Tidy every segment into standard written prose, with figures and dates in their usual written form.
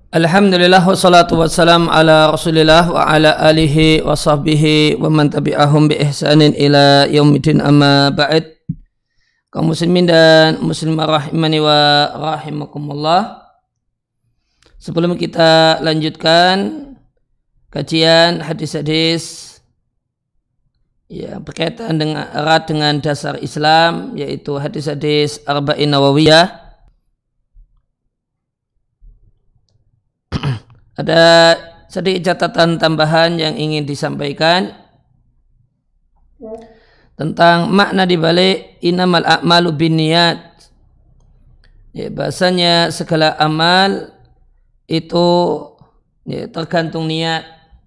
Alhamdulillah wassalatu wassalam ala rasulillah wa ala alihi wa sahbihi wa man tabi'ahum bi ihsanin ila yaumidin amma ba'd. Kaum muslimin dan muslimah rahimani wa rahimakumullah. Sebelum kita lanjutkan kajian hadis-hadis yang berkaitan dengan erat dengan dasar Islam, yaitu hadis-hadis Arba'in Nawawiyah, ada sedikit catatan tambahan yang ingin disampaikan tentang makna dibalik innamal a'malu binniyat. Ya, bahasanya segala amal itu tergantung niat.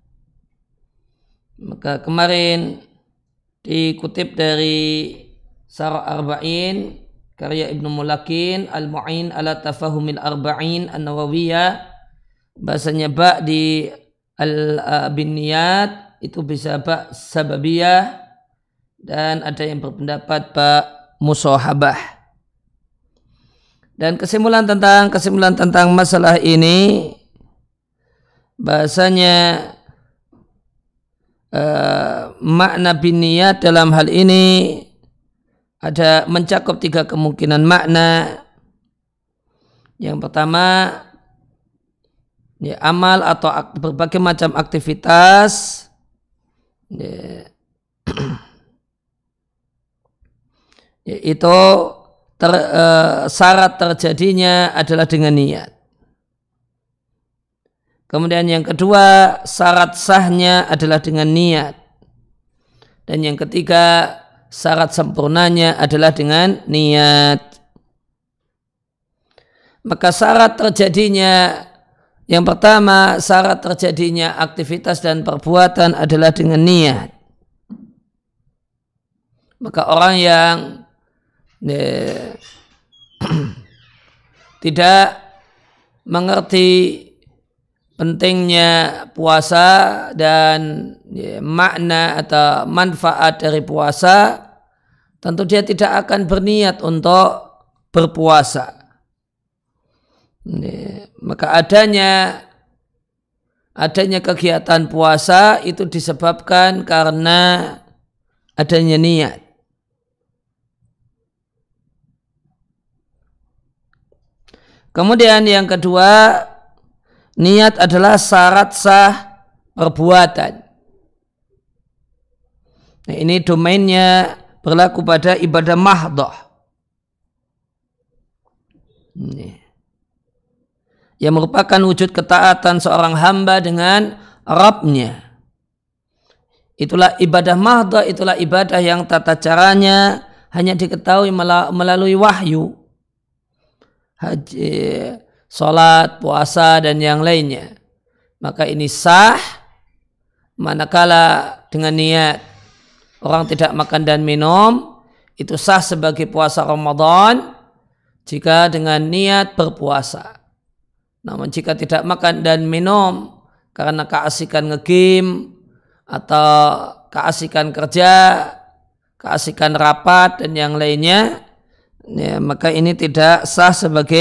Maka kemarin dikutip dari Syarah Arba'in karya Ibnu Mulakin Al-Mu'in ala Tafahumil Arba'in An-Nawawiyah, bahasanya ba' di al-binniyat itu bisa ba' sababiyah, dan ada yang berpendapat ba' musahabah. Dan kesimpulan tentang masalah ini, bahasanya makna binniyat dalam hal ini ada mencakup 3 kemungkinan makna. Yang pertama, ya, amal atau berbagai macam aktivitas itu syarat terjadinya adalah dengan niat. Kemudian yang kedua, syarat sahnya adalah dengan niat. Dan yang ketiga, syarat sempurnanya adalah dengan niat. Maka syarat terjadinya, yang pertama, syarat terjadinya aktivitas dan perbuatan adalah dengan niat. Maka orang yang tidak mengerti pentingnya puasa dan makna atau manfaat dari puasa, tentu dia tidak akan berniat untuk berpuasa. Maka adanya kegiatan puasa itu disebabkan karena adanya niat. Kemudian yang kedua, niat adalah syarat sah perbuatan. Nah, ini domainnya berlaku pada ibadah mahdhah. Yang merupakan wujud ketaatan seorang hamba dengan Rabbnya. Itulah ibadah mahdhah, itulah ibadah yang tata caranya hanya diketahui melalui wahyu. Haji, sholat, puasa, dan yang lainnya. Maka ini sah manakala dengan niat. Orang tidak makan dan minum, itu sah sebagai puasa Ramadan jika dengan niat berpuasa. Namun jika tidak makan dan minum karena keasikan nge-game atau keasikan kerja, keasikan rapat dan yang lainnya, ya, maka ini tidak sah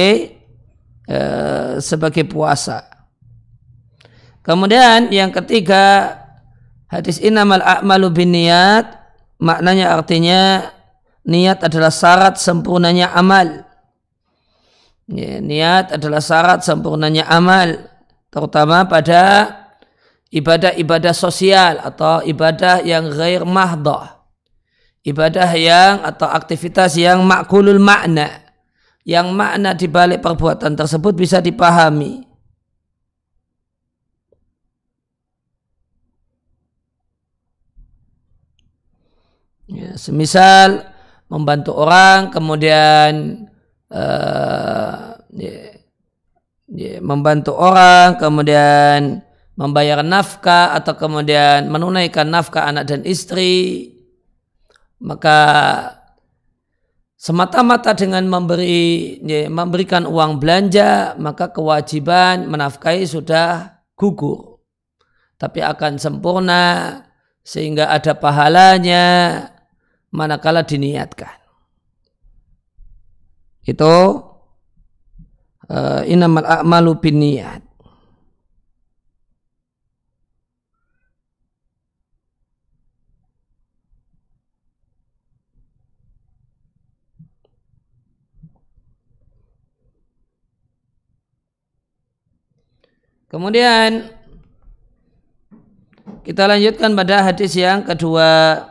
sebagai puasa. Kemudian yang ketiga, hadis innamal a'malu binniyat, maknanya artinya niat adalah syarat sempurnanya amal. Ya, niat adalah syarat sempurnanya amal, terutama pada ibadah-ibadah sosial atau ibadah yang ghair mahdhah. Ibadah yang atau aktivitas yang makulul makna, yang makna di balik perbuatan tersebut bisa dipahami. Ya, semisal membantu orang, kemudian membantu orang, kemudian membayar nafkah atau kemudian menunaikan nafkah anak dan istri, maka semata-mata dengan memberikan uang belanja, maka kewajiban menafkahi sudah gugur, tapi akan sempurna sehingga ada pahalanya manakala diniatkan. Itu innamal a'malu binniyat. Kemudian kita lanjutkan pada hadis yang kedua.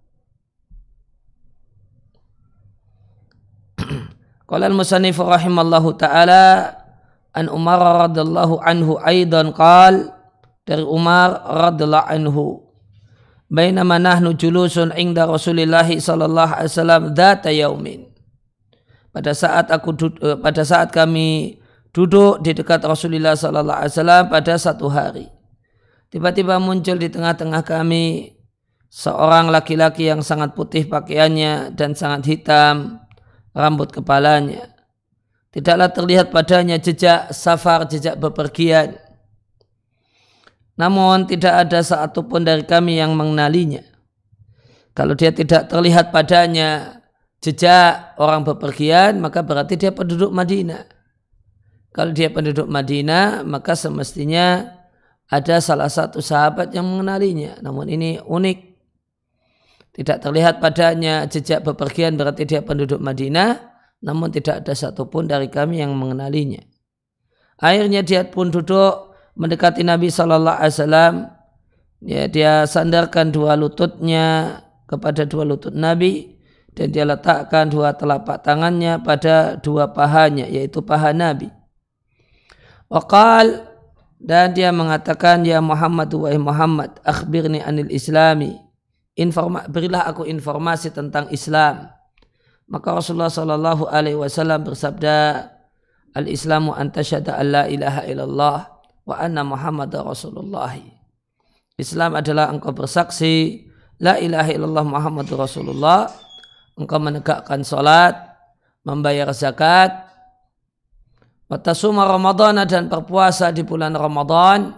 Qala al-musannif rahimallahu taala an Umar radhiyallahu anhu aidan qala, dari Umar radhiyallahu anhu, bainama nahnu julusun inda Rasulillah sallallahu alaihi wasallam dzata yaumin, pada saat kami duduk di dekat Rasulullah sallallahu alaihi wasallam pada satu hari, tiba-tiba muncul di tengah-tengah kami seorang laki-laki yang sangat putih pakaiannya dan sangat hitam rambut kepalanya. Tidaklah terlihat padanya jejak safar, jejak bepergian. Namun tidak ada satupun dari kami yang mengenalinya. Kalau dia tidak terlihat padanya jejak orang bepergian, maka berarti dia penduduk Madinah. Kalau dia penduduk Madinah, maka semestinya ada salah satu sahabat yang mengenalinya. Namun ini unik. Tidak terlihat padanya jejak bepergian, berarti dia penduduk Madinah, namun tidak ada satupun dari kami yang mengenalinya. Akhirnya dia pun duduk mendekati Nabi SAW. Dia sandarkan dua lututnya kepada dua lutut Nabi, dan dia letakkan dua telapak tangannya pada dua pahanya, yaitu paha Nabi. Waqal, dan dia mengatakan, ya Muhammad, wahai Muhammad, akhbirni anil islami, berilah aku informasi tentang Islam. Maka Rasulullah sallallahu alaihi wasallam bersabda, al-islamu an tasyhada an la ilaha illallah wa anna Muhammadar Rasulullah. Islam adalah engkau bersaksi la ilaha illallah Muhammadur Rasulullah, engkau menegakkan salat, membayar zakat, wa tasuma Ramadhan, dan berpuasa di bulan Ramadan,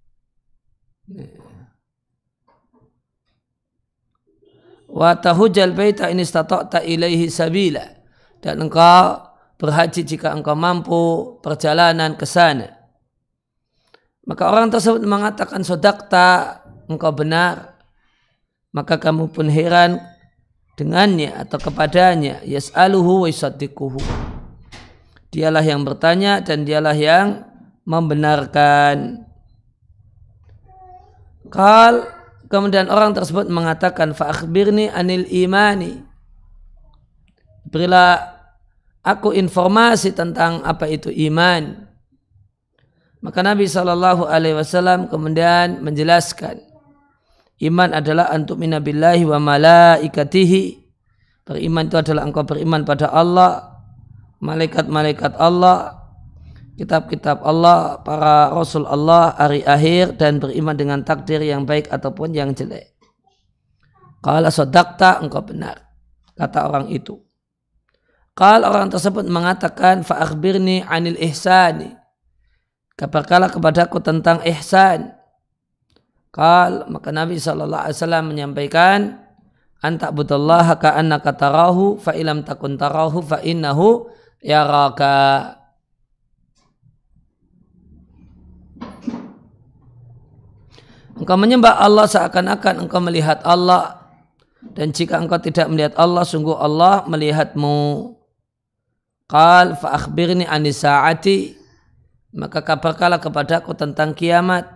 wa tahujjal baita in istata'ta ilaihi sabila, dan engkau berhaji jika engkau mampu perjalanan ke sana. Maka orang tersebut mengatakan, sodakta, engkau benar. Maka kamu pun heran dengannya atau kepadanya, yas'aluhu wa yusaddiquhu, dialah yang bertanya dan dialah yang membenarkan. Kemudian orang tersebut mengatakan, fa akhbirni anil imani, berilah aku informasi tentang apa itu iman. Maka Nabi SAW kemudian menjelaskan, iman adalah antu'mina billahi wa malaikatihi, beriman itu adalah engkau beriman pada Allah, malaikat-malaikat Allah, kitab-kitab Allah, para rasul Allah, hari akhir, dan beriman dengan takdir yang baik ataupun yang jelek. Qala sadaqta, engkau benar, kata orang itu. Qala, orang tersebut mengatakan, fa akhbirni anil ihsani, kabarkanlah kepadaku tentang ihsan. Qala, maka Nabi SAW menyampaikan, anta'budallaha ka'annaka tarahu fa ilam takun tarahu fa innahu yaraka. Engkau menyembah Allah seakan-akan engkau melihat Allah, dan jika engkau tidak melihat Allah, sungguh Allah melihatmu. Qal fa akhbirni anis saati, maka kabarkanlah kepadaku tentang kiamat.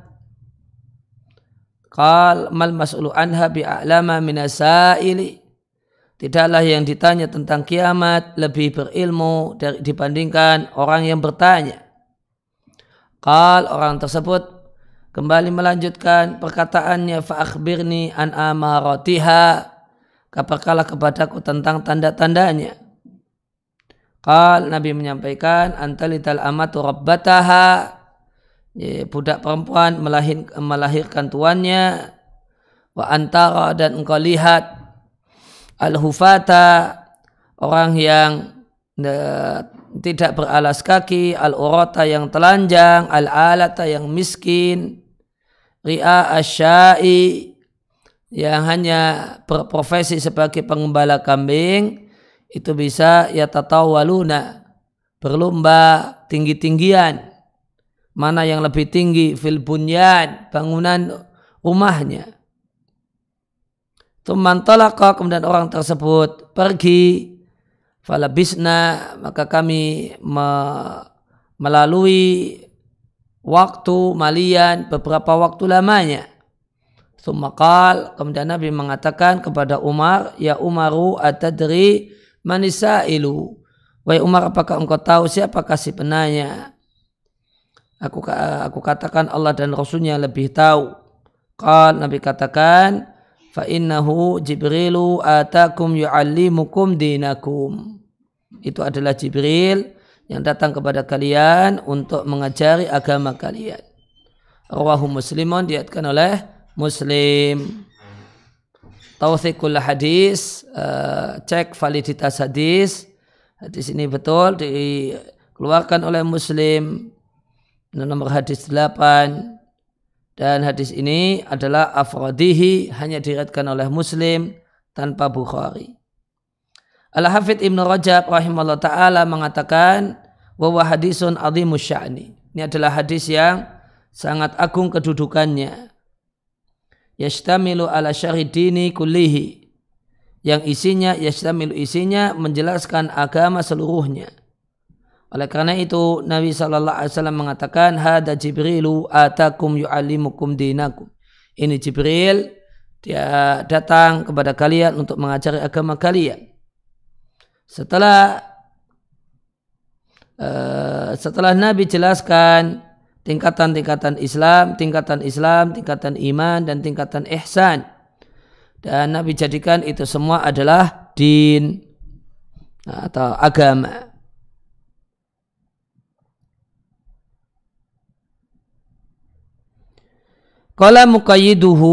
Qal mal mas'ulu anha bi'a'lama minasaili, tidaklah yang ditanya tentang kiamat lebih berilmu dibandingkan orang yang bertanya. Qal, orang tersebut kembali melanjutkan perkataannya, fa akhbirni an amaratiha, kabarkanlah kepadaku tentang tanda-tandanya. Qal, Nabi menyampaikan, antalital amatu rabbataha, budak perempuan melahirkan tuannya, wa antara, dan engkau lihat al-hufata, orang yang tidak beralas kaki, al-urata, yang telanjang, al-alata, yang miskin, ri'a asyai, yang hanya berprofesi sebagai pengembala kambing, itu bisa yatatawaluna, berlomba tinggi-tinggian, mana yang lebih tinggi, fil bunyan, bangunan rumahnya. Tsumma talaqa, kemudian orang tersebut pergi, falabisna, maka kami melalui waktu malian beberapa waktu lamanya. Tsumma qala, kemudian Nabi mengatakan kepada Umar, ya Umaru atadri manisailu, wahai Umar, apakah engkau tahu siapakah si penanya? Aku katakan Allah dan Rasulnya lebih tahu. Qala, Nabi katakan, fa innahu Jibrilu atakum yu'allimukum dinakum. Itu adalah Jibril yang datang kepada kalian untuk mengajari agama kalian. Rawahu Muslimun, diriwayatkan oleh Muslim. Tawthiqul hadis, cek validitas hadis. Hadis ini betul dikeluarkan oleh Muslim, nomor hadis 8, dan hadis ini adalah afradihi, hanya diriwayatkan oleh Muslim tanpa Bukhari. Al-Hafidz Ibnu Rajab rahimahullah ta'ala mengatakan wa hadisun azimus sya'ni. Ini adalah hadis yang sangat agung kedudukannya. Yashtamilu ala syahidini kullihi, yang isinya isinya menjelaskan agama seluruhnya. Oleh karena itu Nabi SAW mengatakan hada Jibrilu atakum yu'allimukum dinakum. Ini Jibril, dia datang kepada kalian untuk mengajari agama kalian. Setelah Nabi jelaskan tingkatan Islam, tingkatan iman, dan tingkatan ihsan, dan Nabi jadikan itu semua adalah din atau agama. Qala muqayyiduhu,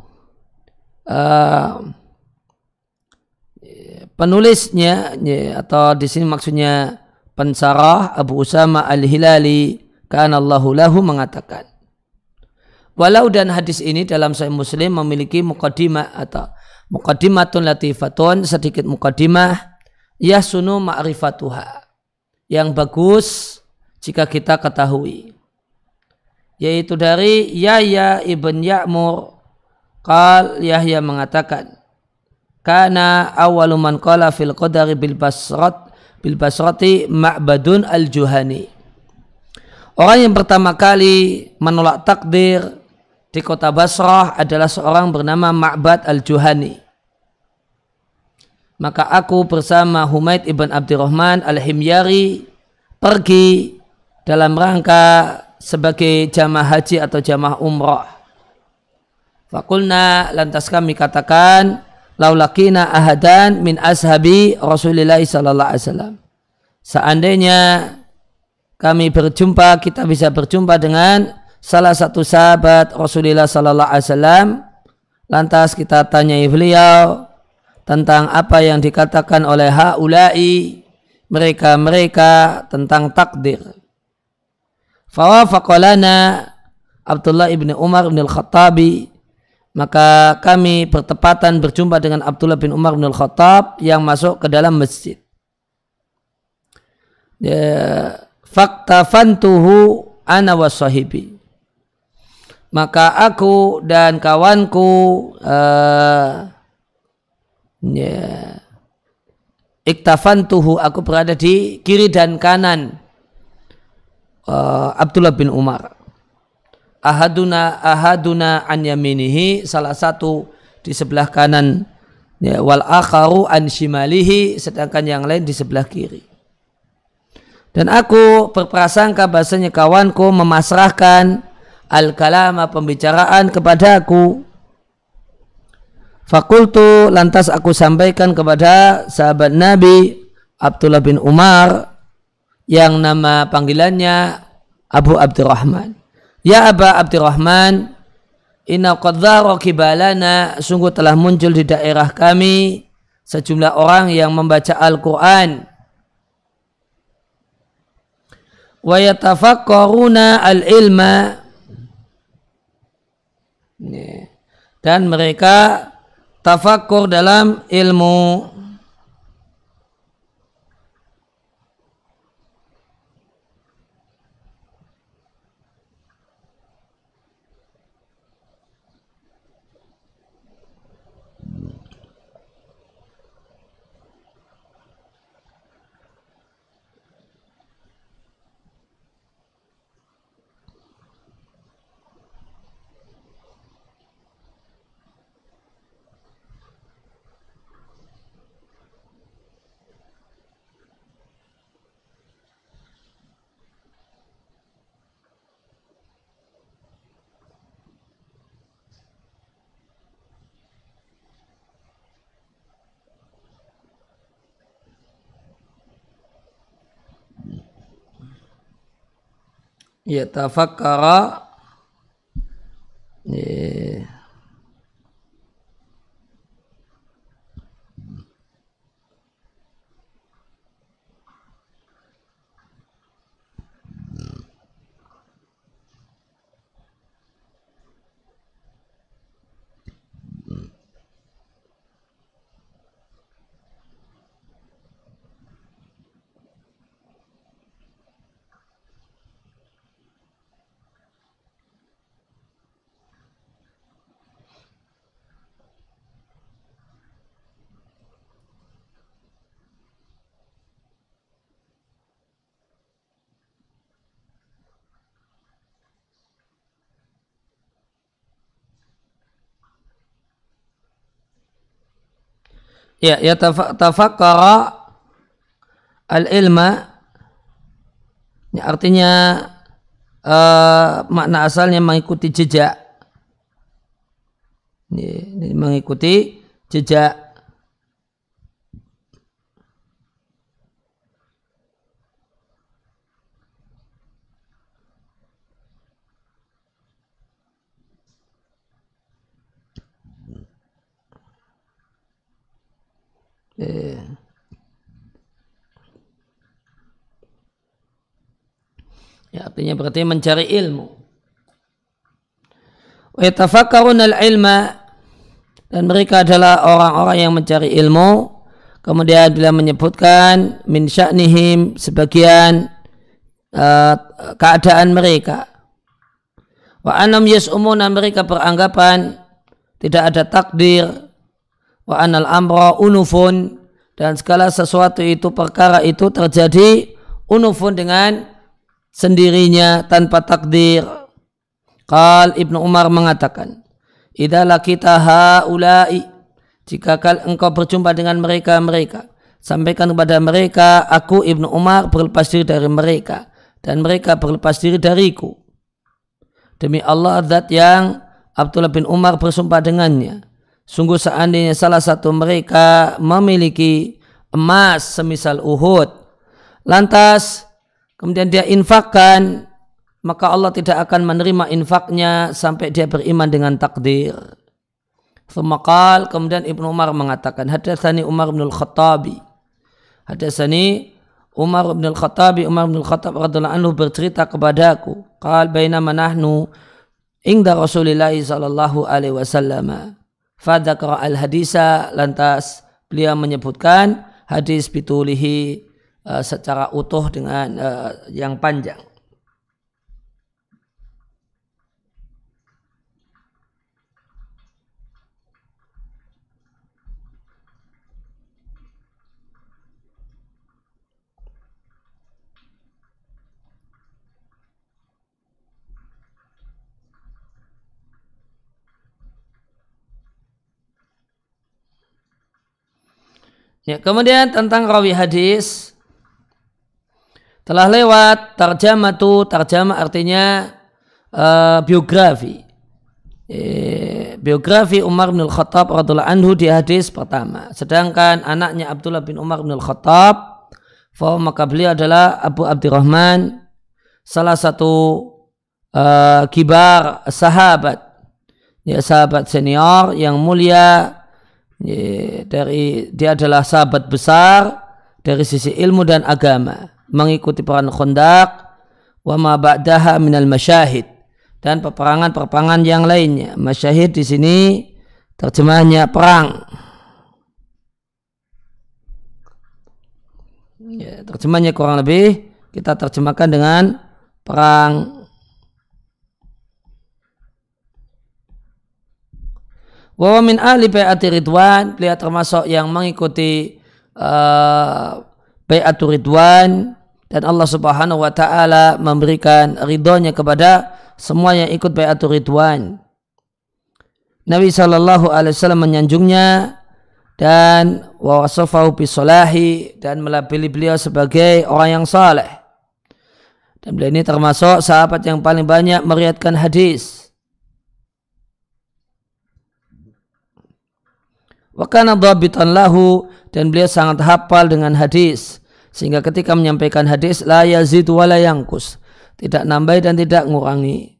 penulisnya atau di sini maksudnya pensarah Abu Usama Al-Hilali kanallahu lahu mengatakan, walau dan hadis ini dalam Sahih Muslim memiliki muqaddimah atau muqaddimatun latifatun, sedikit muqaddimah yasunu ma'rifatuha, yang bagus jika kita ketahui, yaitu dari Yahya ibn Ya'mur. Qal, Yahya mengatakan, kana awwalu man qala fil qadari bil basrati Ma'badun al-Juhani. Orang yang pertama kali menolak takdir di kota Basrah adalah seorang bernama Ma'bad al-Juhani. Maka aku bersama Humaid ibn Abdurrahman al-Himyari pergi dalam rangka sebagai jamaah haji atau jamaah umrah. Fakulna, lantas kami katakan, laulakina ahadan min ashabi Rasulullah sallallahu alaihi wasallam. Seandainya kami berjumpa, kita bisa berjumpa dengan salah satu sahabat Rasulullah sallallahu alaihi wasallam, lantas kita tanyai beliau tentang apa yang dikatakan oleh haula'i, mereka tentang takdir. Fawafaqalana Abdullah ibn Umar ibn al-Khattabi, maka kami bertepatan berjumpa dengan Abdullah bin Umar bin Al-Khattab yang masuk ke dalam masjid. Faktafantuhu ana wa sahibi, maka aku dan kawanku iktafantuhu, aku berada di kiri dan kanan Abdullah bin Umar. Ahaduna an yaminihi, salah satu di sebelah kanan, wal akharu an shimalihi, sedangkan yang lain di sebelah kiri. Dan aku berprasangka bahasanya kawanku memasrahkan al-kalama, pembicaraan, kepadaku. Fakultu, lantas aku sampaikan kepada sahabat Nabi Abdullah bin Umar yang nama panggilannya Abu Abdurrahman. Ya Aba Abdurrahman, inna qad dhara kibalana, sungguh telah muncul di daerah kami sejumlah orang yang membaca Al-Quran. Wa yatafakkaruna al-ilma, dan mereka tafakkur dalam ilmu. Ya tafakkara. Ya. Ya tafakkara al-ilma, ini artinya makna asalnya mengikuti jejak. Ini mengikuti jejak. Ya, artinya berarti mencari ilmu. Wa yatafakkaruna al-ilma, dan mereka adalah orang-orang yang mencari ilmu. Kemudian bila menyebutkan min sya'nihim, sebagian keadaan mereka. Wa anam yas'umuna, mereka beranggapan tidak ada takdir. Wa anal amra unufun, dan segala sesuatu itu, perkara itu terjadi unufun, dengan sendirinya tanpa takdir. Qal Ibnu Umar mengatakan, idza laqita haula'i, jika engkau berjumpa dengan mereka, sampaikan kepada mereka, aku Ibnu Umar berlepas diri dari mereka dan mereka berlepas diri dariku. Demi Allah, zat yang Abdullah bin Umar bersumpah dengannya, sungguh seandainya salah satu mereka memiliki emas semisal Uhud, lantas kemudian dia infakkan, maka Allah tidak akan menerima infaknya sampai dia beriman dengan takdir. Thumma kemudian Ibnu Umar mengatakan, hadatsani Umar bin al-Khattabi. Hadatsani Umar bin al-Khattabi, Umar bin al-Khattab radhiyallahu anhu bercerita kepadaku, qal bainama nahnu inda Rasulillah sallallahu alaihi wasallam. Fadzakara al-hadisa, lantas beliau menyebutkan hadis bitulihi, secara utuh dengan yang panjang. Ya, kemudian tentang rawi hadis telah lewat tarjamah artinya biografi. Biografi Umar bin Al-Khattab radhiyallahu anhu di hadis pertama. Sedangkan anaknya Abdullah bin Umar bin Al-Khattab, maka beliau adalah Abu Abdurrahman, salah satu kibar sahabat, ya, sahabat senior yang mulia. Dia adalah sahabat besar dari sisi ilmu dan agama, mengikuti perang Khandaq wa ma ba'daha minal masyahid, dan peperangan yang lainnya. Masyahid di sini terjemahnya perang. Ya, terjemahnya kurang lebih kita terjemahkan dengan perang. Wa min ahli bai'ati ridwan, beliau termasuk yang mengikuti bai'atu ridwan, dan Allah Subhanahu wa taala memberikan ridhonya kepada semua yang ikut bai'atu ridwan. Nabi sallallahu alaihi wasallam menyanjungnya dan wa wasafahu bisalahi, dan melabeli beliau sebagai orang yang saleh. Dan beliau ini termasuk sahabat yang paling banyak meriwayatkan hadis. Wa kana dhabitan lahu, dan beliau sangat hafal dengan hadis, sehingga ketika menyampaikan hadis la yazid wa la yanqus, tidak nambah dan tidak ngurangi.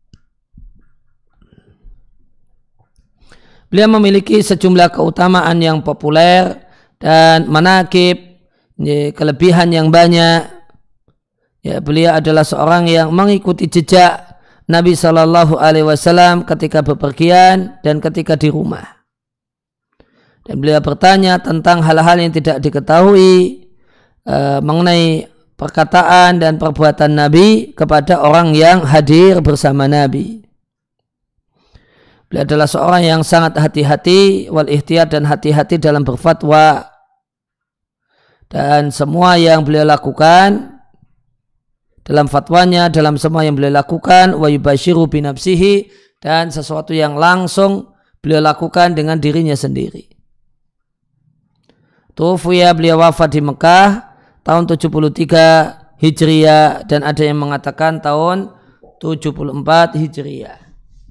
Beliau memiliki sejumlah keutamaan yang populer dan manaqib, kelebihan yang banyak. Ya, beliau adalah seorang yang mengikuti jejak Nabi Shallallahu Alaihi Wasallam ketika bepergian dan ketika di rumah. Dan beliau bertanya tentang hal-hal yang tidak diketahui mengenai perkataan dan perbuatan Nabi kepada orang yang hadir bersama Nabi. Beliau adalah seorang yang sangat hati-hati wal ihtiyat dan hati-hati dalam berfatwa, dan semua yang beliau lakukan dalam fatwanya, dalam semua yang beliau lakukan wa yubashiru bi nafsihi, dan sesuatu yang langsung beliau lakukan dengan dirinya sendiri. Tufiya, beliau wafat di Mekah tahun 73 Hijriyah, dan ada yang mengatakan tahun 74 Hijriyah.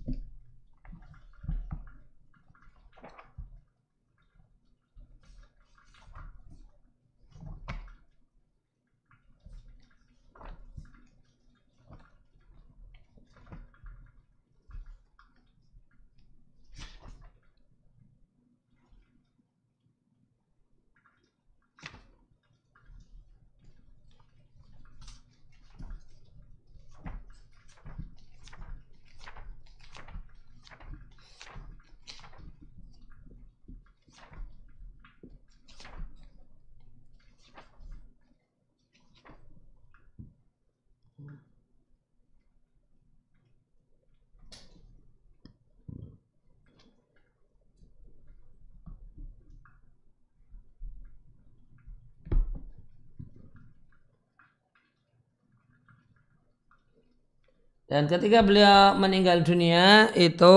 Dan ketika beliau meninggal dunia itu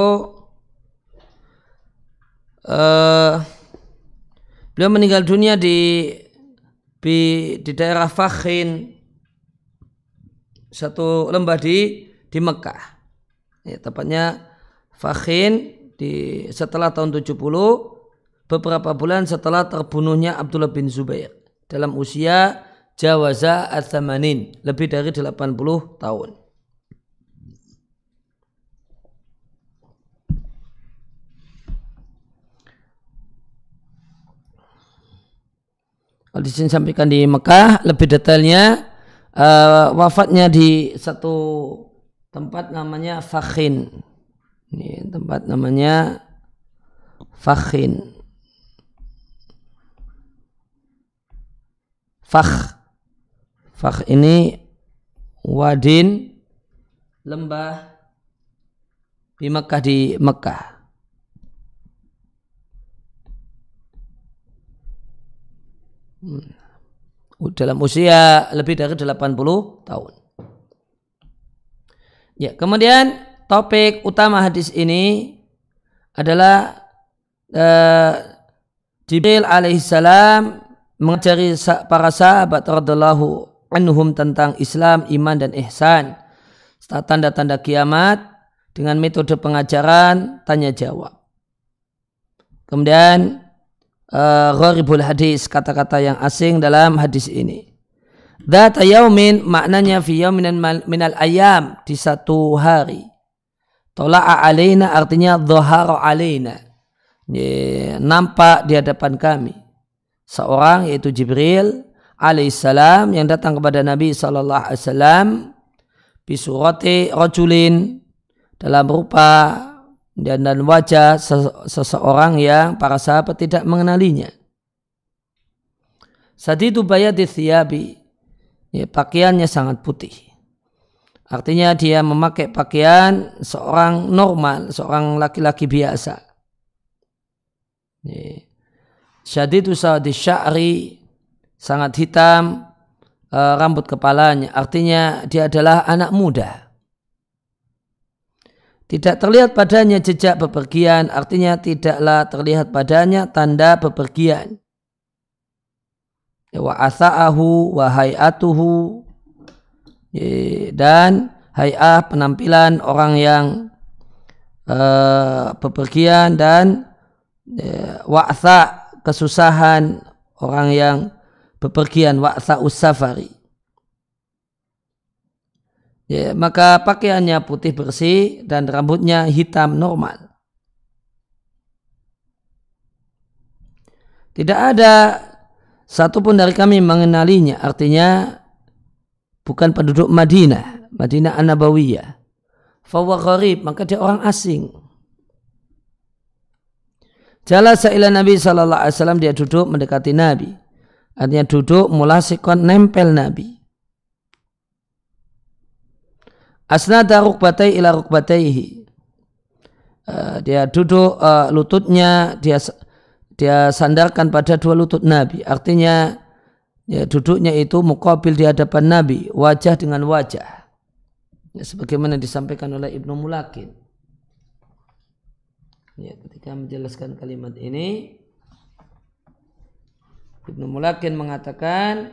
beliau meninggal dunia di daerah Fakhin, satu lembah di Mekah. Ya, tepatnya Fakhin setelah tahun 70, beberapa bulan setelah terbunuhnya Abdullah bin Zubair dalam usia jawaza ats-tsamanin, lebih dari 80 tahun. Di sini sampaikan di Mekah, lebih detailnya wafatnya di satu tempat namanya Fakhin. Ini tempat namanya Fakhin. Fakh ini wadin, lembah di Mekah. Dalam usia lebih dari 80 tahun. Ya, kemudian topik utama hadis ini adalah Jibril alaihissalam mengajari para sahabat radhiyallahu anhum tentang Islam, iman dan ihsan serta tanda-tanda kiamat dengan metode pengajaran tanya jawab. Kemudian gharibul hadis, kata-kata yang asing dalam hadis ini. Dzata yaumin, maknanya fi yaumin minal ayam, di satu hari. Tola'a alaina, artinya dhahara alaina, nampak di hadapan kami seorang, yaitu Jibril alaihissalam, yang datang kepada Nabi sallallahu alaihi wasallam bisurati rajulin, dalam rupa dan wajah seseorang yang para sahabat tidak mengenalinya. Sadidu bayadi thiyabi, ya, pakaiannya sangat putih. Artinya dia memakai pakaian seorang normal, seorang laki-laki biasa. Syadidu sawadi sya'ri, sangat hitam rambut kepalanya. Artinya dia adalah anak muda. Tidak terlihat padanya jejak bepergian, artinya tidaklah terlihat padanya tanda bepergian. Wa atha'ahu wa hay'atuhu, dan hay'ah, penampilan orang yang bepergian, dan wa'tha, kesusahan orang yang bepergian, wa'tha us-safari. Ya, maka pakaiannya putih bersih dan rambutnya hitam normal. Tidak ada satupun dari kami mengenalinya, artinya bukan penduduk Madinah, Madinah An-Nabawiyah. Fahuwa gharib, maka dia orang asing. Jalasa ila Nabi sallallahu alaihi wasallam, dia duduk mendekati Nabi. Artinya duduk mulasikon, nempel Nabi. Asnada rukbatai ila rukbataihi. Dia duduk lututnya dia sandarkan pada dua lutut Nabi. Artinya ya, duduknya itu muqabil di hadapan Nabi, wajah dengan wajah. Ya, sebagaimana disampaikan oleh Ibnu Mulakin. Ya, ketika menjelaskan kalimat ini, Ibnu Mulakin mengatakan,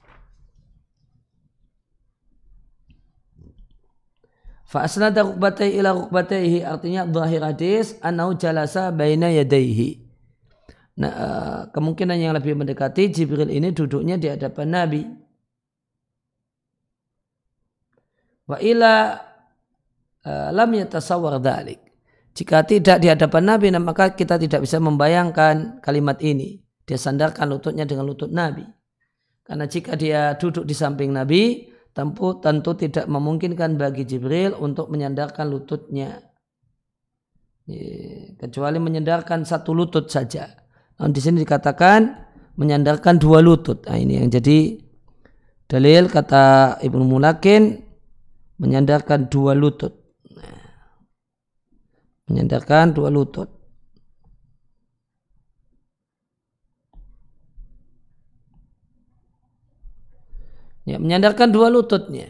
fa asnada rukbatai ila rukbataihi, artinya zahir hadis annahu jalasa baina yadayhi. Nah, kemungkinan yang lebih mendekati Jibril ini duduknya di hadapan Nabi. Wa ila lam yatasawwar dzalik. Jika tidak di hadapan Nabi, maka kita tidak bisa membayangkan kalimat ini. Dia sandarkan lututnya dengan lutut Nabi. Karena jika dia duduk di samping Nabi, tentu tidak memungkinkan bagi Jibril untuk menyandarkan lututnya. Kecuali menyandarkan satu lutut saja. Nah, di sini dikatakan menyandarkan dua lutut. Nah, ini yang jadi dalil kata Ibnu Mulakin, menyandarkan dua lutut. Menyandarkan dua lutut. Ya, menyandarkan dua lututnya.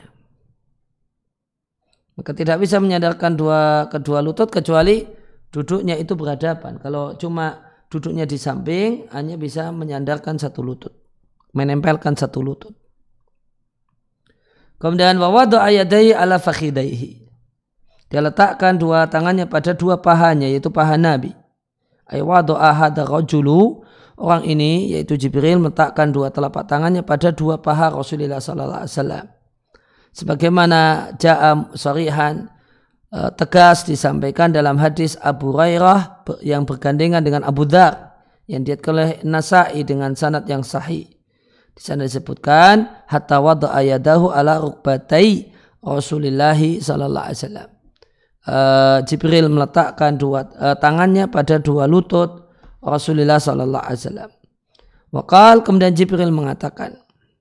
Maka tidak bisa menyandarkan kedua lutut kecuali duduknya itu berhadapan. Kalau cuma duduknya di samping, hanya bisa menyandarkan satu lutut, menempelkan satu lutut. Kemudian wawadu ayadai ala fakhidaihi, dia letakkan dua tangannya pada dua pahanya, yaitu paha Nabi. Aywadu ahada rajulu, orang ini yaitu Jibril meletakkan dua telapak tangannya pada dua paha Rasulullah sallallahu alaihi wasallam. Sebagaimana ja'a sharihan, tegas disampaikan dalam hadis Abu Hurairah yang bergandengan dengan Abu Dzar yang diriwayatkan oleh Nasa'i dengan sanad yang sahih. Di sana disebutkan hatta wada'a yadahu ala rukbatai Rasulullah sallallahu alaihi wasallam. Jibril meletakkan tangannya pada dua lutut Rasulullah sallallahu alaihi wasallam. Waqal, kemudian Jibril mengatakan,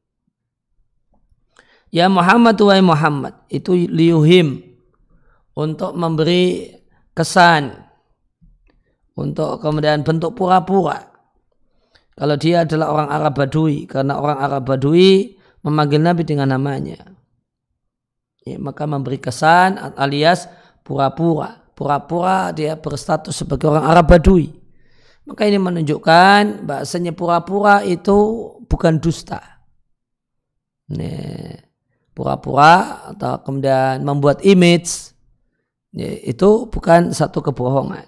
ya Muhammad, wahai Muhammad, itu liyuhim, untuk memberi kesan, untuk kemudian bentuk pura-pura kalau dia adalah orang Arab Badui, karena orang Arab Badui memanggil Nabi dengan namanya. Ya, maka memberi kesan alias pura-pura dia berstatus sebagai orang Arab Badui. Maka ini menunjukkan bahasanya pura-pura itu bukan dusta. Pura-pura atau kemudian membuat image, itu bukan satu kebohongan.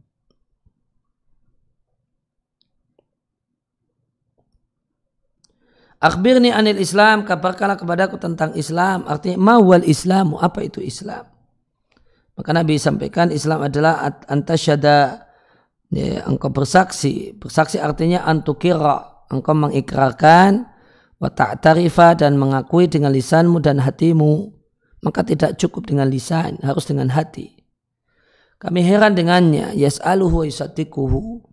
Akhbirni anil Islam, kabarkanlah kepadaku tentang Islam. Artinya mawal Islamu, apa itu Islam? Maka Nabi sampaikan Islam adalah antasyada, engkau bersaksi. Bersaksi artinya antukira, engkau mengikrarkan, wa ta'tarifa, dan mengakui dengan lisanmu dan hatimu. Maka tidak cukup dengan lisan, harus dengan hati. Kami heran dengannya, yas'aluhu wa yusaddiquhu.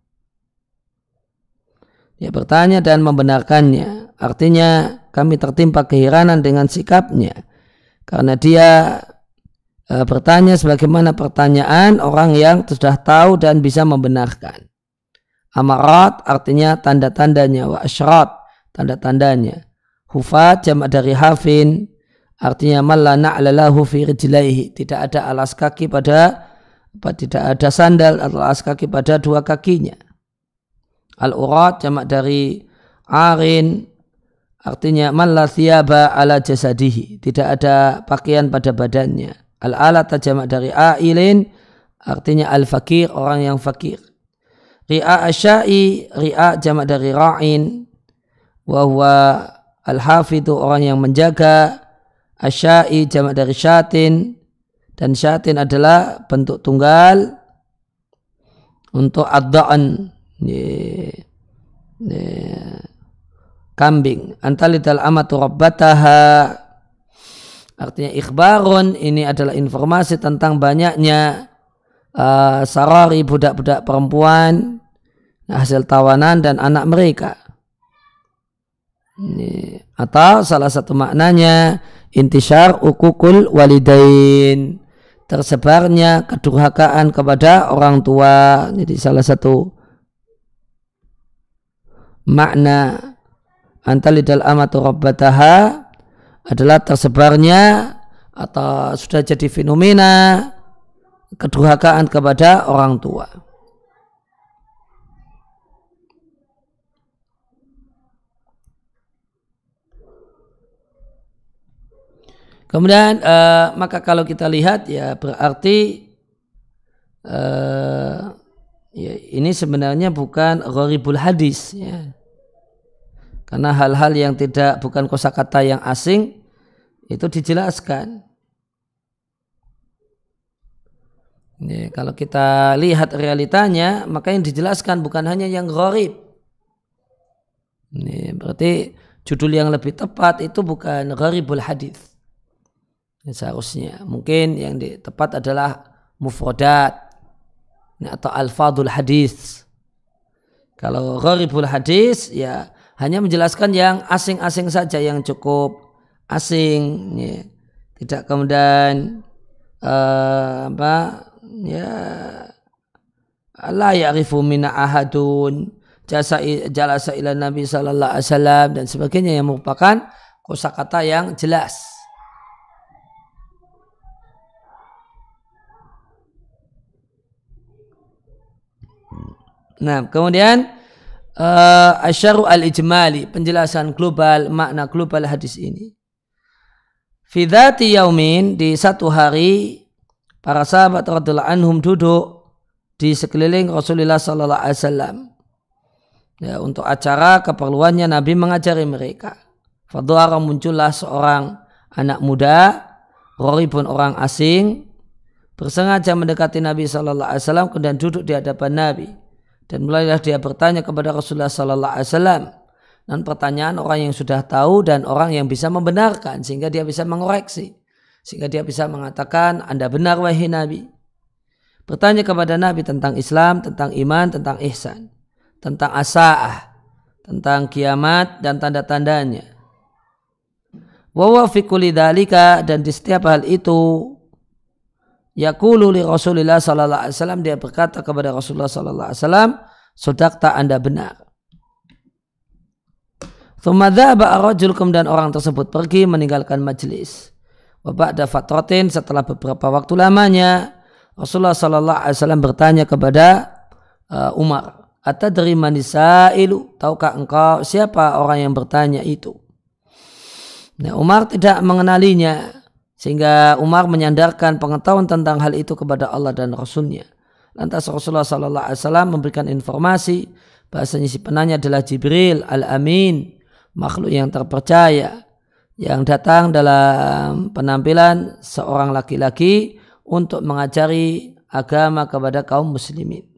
Dia bertanya dan membenarkannya. Artinya kami tertimpa keheranan dengan sikapnya. Karena dia bertanya sebagaimana pertanyaan orang yang sudah tahu dan bisa membenarkan. Amarat artinya tanda-tandanya. Wa asyrat, tanda-tandanya. Hufat jamak dari hafin, artinya malla na'lalahu fi rijlaihi, tidak ada alas kaki tidak ada sandal atau alas kaki pada dua kakinya. Al-urat jamak dari arin, artinya man la thiyaba ala jasadihi, tidak ada pakaian pada badannya. Al-alat jamak dari ailin, artinya al-fakir, orang yang fakir. Ri'a asyai, ri'a jamak dari ra'in, wa huwa al-hafidhu, orang yang menjaga Asyai jamak dari syatin, dan syatin adalah bentuk tunggal untuk ad-da'an, kambing. Antalidal amatu rabbataha, artinya ikhbarun, ini adalah informasi tentang banyaknya sarari, budak-budak perempuan hasil tawanan dan anak mereka. Atau salah satu maknanya intisyar ukukul walidain, tersebarnya kedurhakaan kepada orang tua. Jadi salah satu makna antalidal amatu rabbataha adalah tersebarnya atau sudah jadi fenomena kedurhakaan kepada orang tua. Kemudian maka kalau kita lihat ya berarti ya, ini sebenarnya bukan gharibul hadis ya. Karena hal-hal yang bukan kosakata yang asing itu dijelaskan. Ya, kalau kita lihat realitanya, maka yang dijelaskan bukan hanya yang gharib. Ini berarti judul yang lebih tepat itu bukan gharibul hadis. Seharusnya mungkin yang tepat adalah mufradat atau alfadul hadis. Kalau gharibul hadis ya hanya menjelaskan yang asing-asing saja, yang cukup asing ya. Tidak kemudian la ya'rifu minna ahadun jalasa ila Nabi sallallahu alaihi wasallam dan sebagainya, yang merupakan kosakata yang jelas. Nah, kemudian asyaru al-ijmali, penjelasan global, makna global hadis ini. Fi dzati yaumin, di satu hari para sahabat radhiyallahu anhum duduk di sekeliling Rasulullah sallallahu alaihi wasallam. Ya, untuk acara keperluannya Nabi mengajari mereka. Fadhara, muncullah seorang anak muda, gharibun, orang asing, bersengaja mendekati Nabi sallallahu alaihi wasallam dan duduk di hadapan Nabi. Dan mulailah dia bertanya kepada Rasulullah sallallahu alaihi wasallam, dan pertanyaan orang yang sudah tahu dan orang yang bisa membenarkan, sehingga dia bisa mengoreksi, sehingga dia bisa mengatakan Anda benar wahai Nabi. Bertanya kepada Nabi tentang Islam, tentang iman, tentang ihsan, tentang as-sa'ah, tentang kiamat dan tanda-tandanya. Wa huwa fi kulli dzalika, dan di setiap hal itu yaqulu li Rasulillah sallallahu alaihi wasallam, dia berkata kepada Rasulullah sallallahu alaihi wasallam, "Shadaqta, Anda benar." Tsumma dzaba ar-rajul, kemudian orang tersebut pergi meninggalkan majlis. Wa ba'da fatratin, setelah beberapa waktu lamanya, Rasulullah sallallahu alaihi wasallam bertanya kepada Umar, "Atadri manisailu?" Tahukah engkau siapa orang yang bertanya itu? Nah, Umar tidak mengenalinya, sehingga Umar menyandarkan pengetahuan tentang hal itu kepada Allah dan Rasulnya. Lantas Rasulullah sallallahu alaihi wasallam memberikan informasi bahasanya si penanya adalah Jibril al-Amin, makhluk yang terpercaya, yang datang dalam penampilan seorang laki-laki untuk mengajari agama kepada kaum muslimin.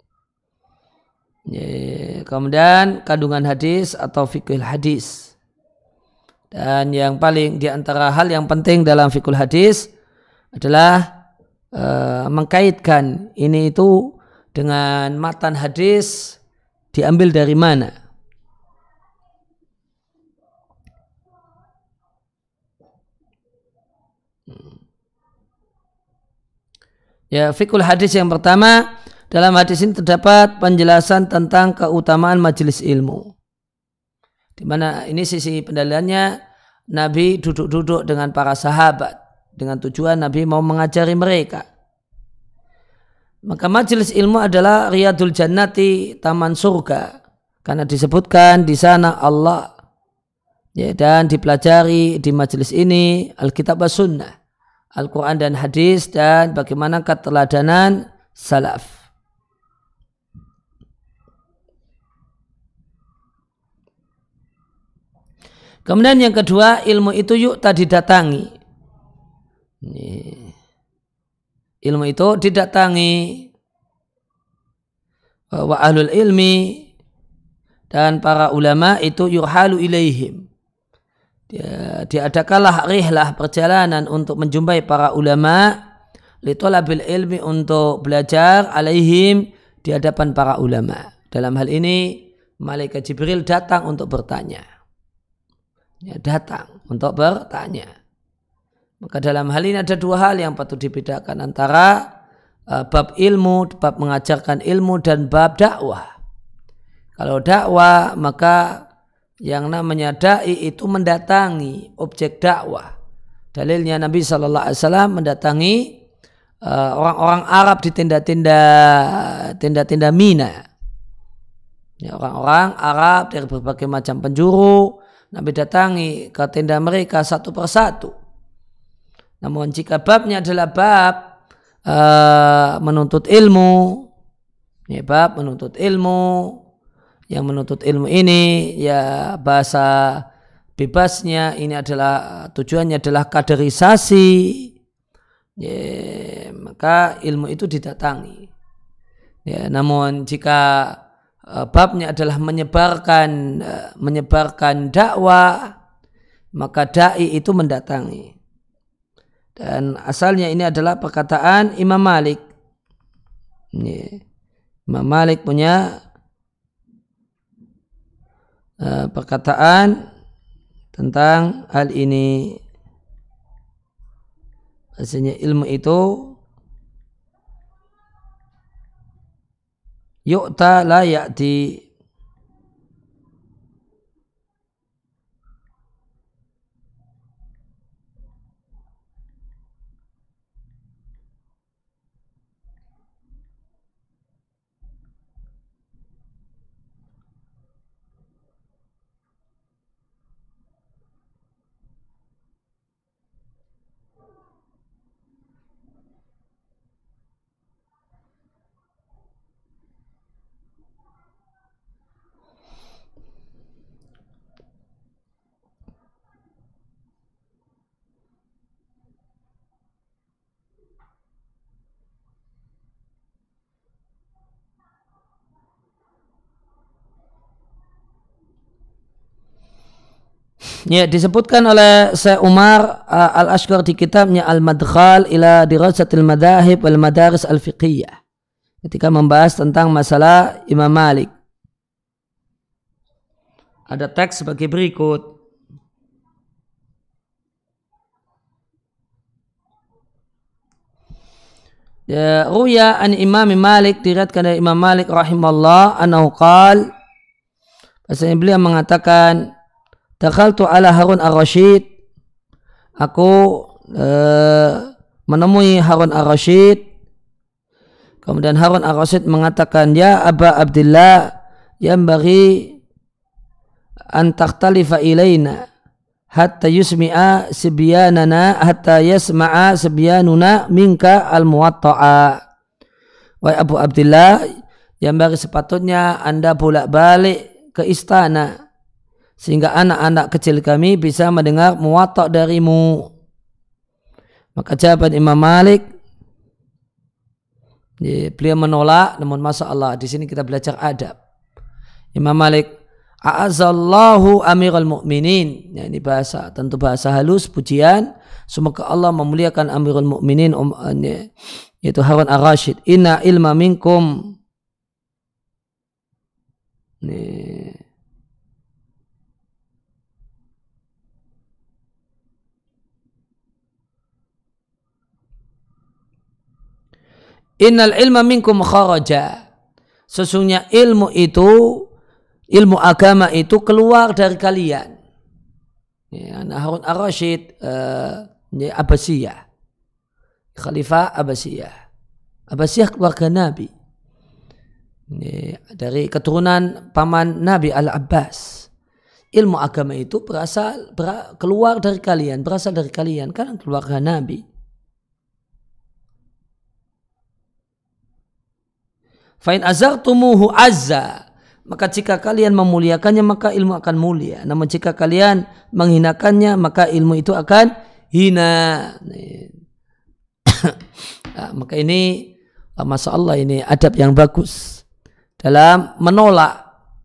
Kemudian kandungan hadis atau fikih hadis. Dan yang paling di antara hal yang penting dalam fikih hadis adalah mengkaitkan ini itu dengan matan hadis diambil dari mana. Ya, fikih hadis yang pertama, dalam hadis ini terdapat penjelasan tentang keutamaan majelis ilmu. Di mana ini sisi pendalilannya, Nabi duduk-duduk dengan para sahabat dengan tujuan Nabi mau mengajari mereka. Maka majelis ilmu adalah riyadul jannati, taman surga, karena disebutkan di sana Allah ya, dan dipelajari di majelis ini Alkitab was Sunnah, Al-Quran dan hadis, dan bagaimana keteladanan salaf. Kemudian yang kedua, ilmu itu yu'ta didatangi. Ilmu itu didatangi. Wa ahlul ilmi, dan para ulama itu yurhalu ilaihim. Diadakanlah rihlah perjalanan untuk menjumpai para ulama, litolabil ilmi, untuk belajar alaihim, di hadapan para ulama. Dalam hal ini malaikat Jibril datang untuk bertanya. Datang untuk bertanya. Maka dalam hal ini ada dua hal yang patut dibedakan antara bab ilmu, bab mengajarkan ilmu, dan bab dakwah. Kalau dakwah, maka yang namanya da'i itu mendatangi objek dakwah. Dalilnya Nabi SAW mendatangi orang-orang Arab di tenda-tenda Mina. Orang-orang Arab dari berbagai macam penjuru, Nabi datangi ke tenda mereka satu persatu. Namun jika babnya adalah bab menuntut ilmu, bab menuntut ilmu, yang menuntut ilmu ini ya bahasa bebasnya ini adalah tujuannya adalah kaderisasi, maka ilmu itu didatangi. Namun jika babnya adalah menyebarkan dakwah, maka dai itu mendatangi. Dan asalnya ini adalah perkataan Imam Malik. Imam Malik punya perkataan tentang hal ini. Bahasanya ilmu itu yu'ta la ya'ti. Ya, disebutkan oleh Syekh Umar Al-Ashqar di kitabnya Al-Madkhal ila Dirasatil Madahib wal Madaris Al-Fiqhiyah, ketika membahas tentang masalah Imam Malik. Ada teks sebagai berikut. Ya, ruya an Imam Malik, diriwayatkan dari Imam Malik rahimahullah, annahu qala, bahasanya beliau mengatakan, dakhaltu ala Harun ar-Rasyid, aku menemui Harun ar-Rasyid. Kemudian Harun ar-Rasyid mengatakan, ya Aba Abdillah, yanbaghi an takhtalifa ilaina hatta yusmi'a sibyanana hatta yasma'a sibyanuna minka al-muwatta'a. Wahai Abu Abdillah, yanbaghi, sepatutnya Anda bolak-balik ke istana sehingga anak-anak kecil kami bisa mendengar muwatta' darimu. Maka jawaban Imam Malik, beliau menolak, namun masya Allah di sini kita belajar adab. Imam Malik, a'azallahu amiral mu'minin, ya, ini bahasa, tentu bahasa halus, pujian, semoga Allah memuliakan amirul mu'minin, yaitu Harun ar-Rasyid. Inna ilma minkum, innal ilma minkum kharaja, sesungguhnya ilmu itu, ilmu agama itu keluar dari kalian. Ya, Harun ar-Rasyid Abbasiyah, Khalifah Abbasiyah. Abbasiyah keluarga Nabi, dari keturunan paman Nabi Al-Abbas. Ilmu agama itu keluar dari kalian, berasal dari kalian, kan keluarga Nabi. Fa'in azartumuhu azza, maka jika kalian memuliakannya maka ilmu akan mulia. Namun jika kalian menghinakannya maka ilmu itu akan hina. Nah, maka ini Masya Allah ini adab yang bagus dalam menolak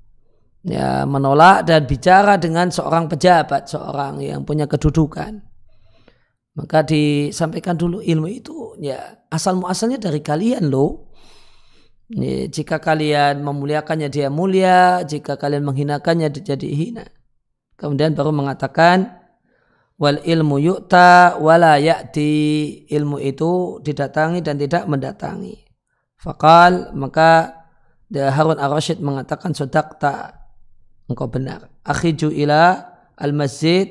dan bicara dengan seorang pejabat, seorang yang punya kedudukan. Maka disampaikan dulu ilmu itu ya asal muasalnya dari kalian loh. Jika kalian memuliakannya dia mulia, jika kalian menghinakannya dia jadi hina. Kemudian baru mengatakan wal ilmu yu'ta wala ya'ti, ilmu itu didatangi dan tidak mendatangi. Faqal, maka Harun ar-Rasyid mengatakan sadaqta, engkau benar. Akhiju ila al-masjid,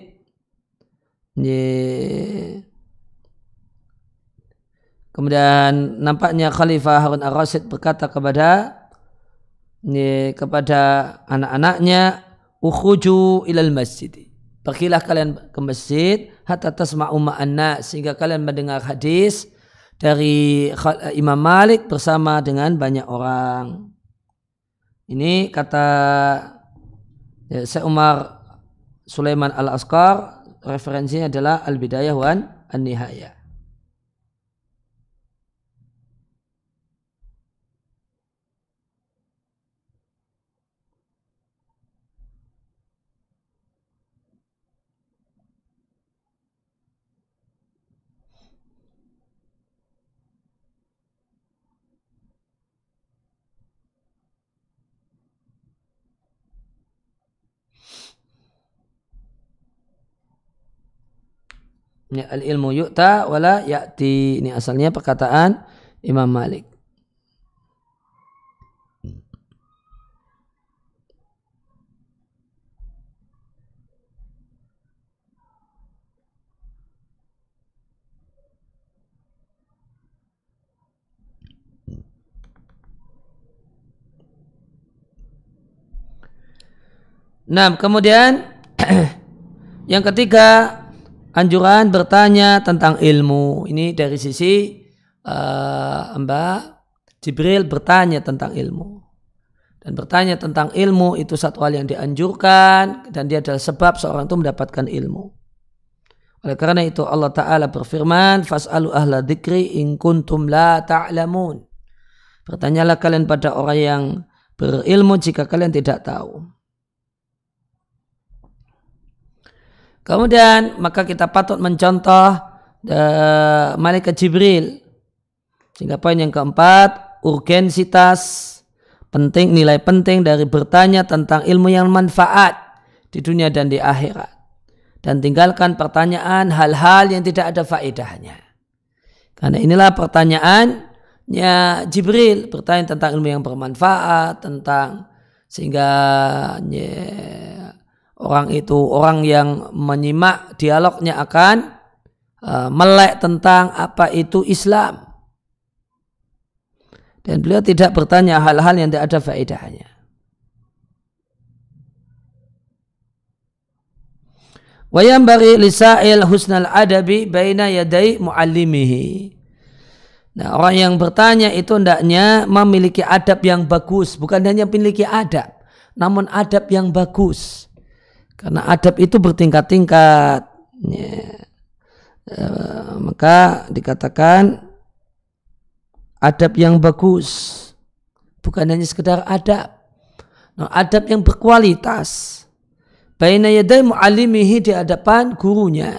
kemudian nampaknya Khalifah Harun ar-Rasyid berkata kepada anak-anaknya, ukhruju ilal masjid, pergilah kalian ke masjid hatta tasma'u ma'an nas, sehingga kalian mendengar hadis dari Imam Malik bersama dengan banyak orang. Ini kata Syekh Umar Sulaiman Al-Asqar, referensinya adalah Al-Bidayah wan An-Nihayah. Al-ilmu yu'ta wala ya'ti, ini asalnya perkataan Imam Malik. Nah, kemudian yang ketiga, anjuran bertanya tentang ilmu. Ini dari sisi Mbak Jibril bertanya tentang ilmu. Dan bertanya tentang ilmu itu satu hal yang dianjurkan dan dia adalah sebab seorang itu mendapatkan ilmu. Oleh karena itu Allah Ta'ala berfirman, fas'alu ahla dzikri in kuntum la ta'lamun. Bertanyalah kalian pada orang yang berilmu jika kalian tidak tahu. Kemudian maka kita patut mencontoh malaikat Jibril. Sehingga poin yang keempat, urgensitas penting, nilai penting dari bertanya tentang ilmu yang manfaat di dunia dan di akhirat. Dan tinggalkan pertanyaan hal-hal yang tidak ada faedahnya. Karena inilah pertanyaannya Jibril, bertanya tentang ilmu yang bermanfaat, tentang sehingga orang yang menyimak dialognya akan melek tentang apa itu Islam. Dan beliau tidak bertanya hal-hal yang tidak ada faedahnya. Wa yanbaghi lisa'il husnal adabi baina yaday muallimihi. Nah, orang yang bertanya itu hendaknya memiliki adab yang bagus, bukan hanya memiliki adab, namun adab yang bagus. Karena adab itu bertingkat-tingkat. Maka dikatakan adab yang bagus, bukan hanya sekedar adab. Nah, adab yang berkualitas. Baina yaday mu'allimihi, di hadapan gurunya.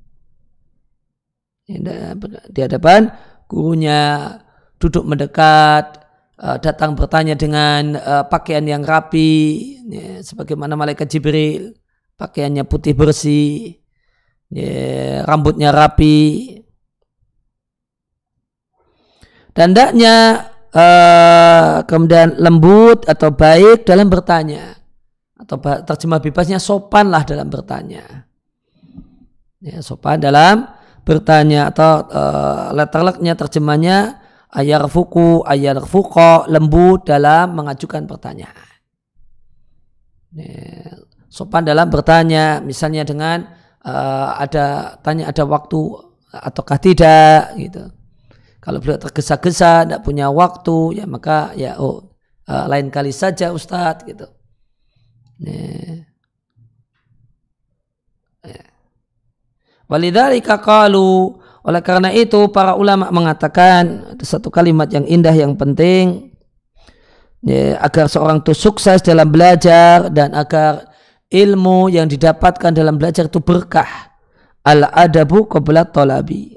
Di hadapan gurunya, duduk mendekat, datang bertanya dengan pakaian yang rapi, sebagaimana malaikat Jibril, pakaiannya putih bersih, rambutnya rapi. Dan hendaknya kemudian lembut atau baik dalam bertanya, atau terjemah bebasnya sopanlah dalam bertanya. Sopan dalam bertanya, atau letter-letternya terjemahnya ayarfuku, ayarfuko, lembut dalam mengajukan pertanyaan. Sopan dalam bertanya, misalnya dengan ada waktu ataukah tidak gitu. Kalau beliau tergesa-gesa, tidak punya waktu, ya maka lain kali saja Ustadz gitu. Walidzalika qalu, oleh karena itu para ulama mengatakan ada satu kalimat yang indah yang penting, agar seorang itu sukses dalam belajar dan agar ilmu yang didapatkan dalam belajar itu berkah. Al-adabu qabla talabi.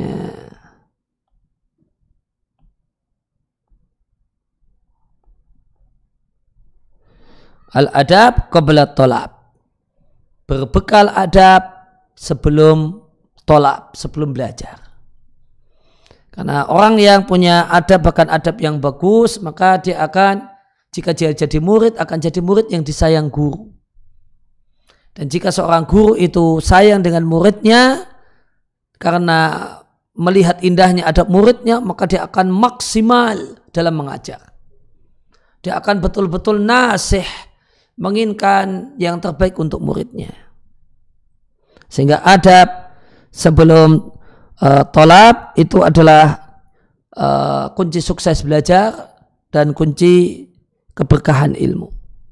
Al-adab qabla talab. Berbekal adab sebelum tolab, sebelum belajar. Karena orang yang punya adab, bahkan adab yang bagus, maka dia akan, jika dia jadi murid, akan jadi murid yang disayang guru. Dan jika seorang guru itu sayang dengan muridnya, karena melihat indahnya adab muridnya, maka dia akan maksimal dalam mengajar. Dia akan betul-betul nasih, menginginkan yang terbaik untuk muridnya. Sehingga adab sebelum tolab itu adalah kunci sukses belajar dan kunci keberkahan ilmu.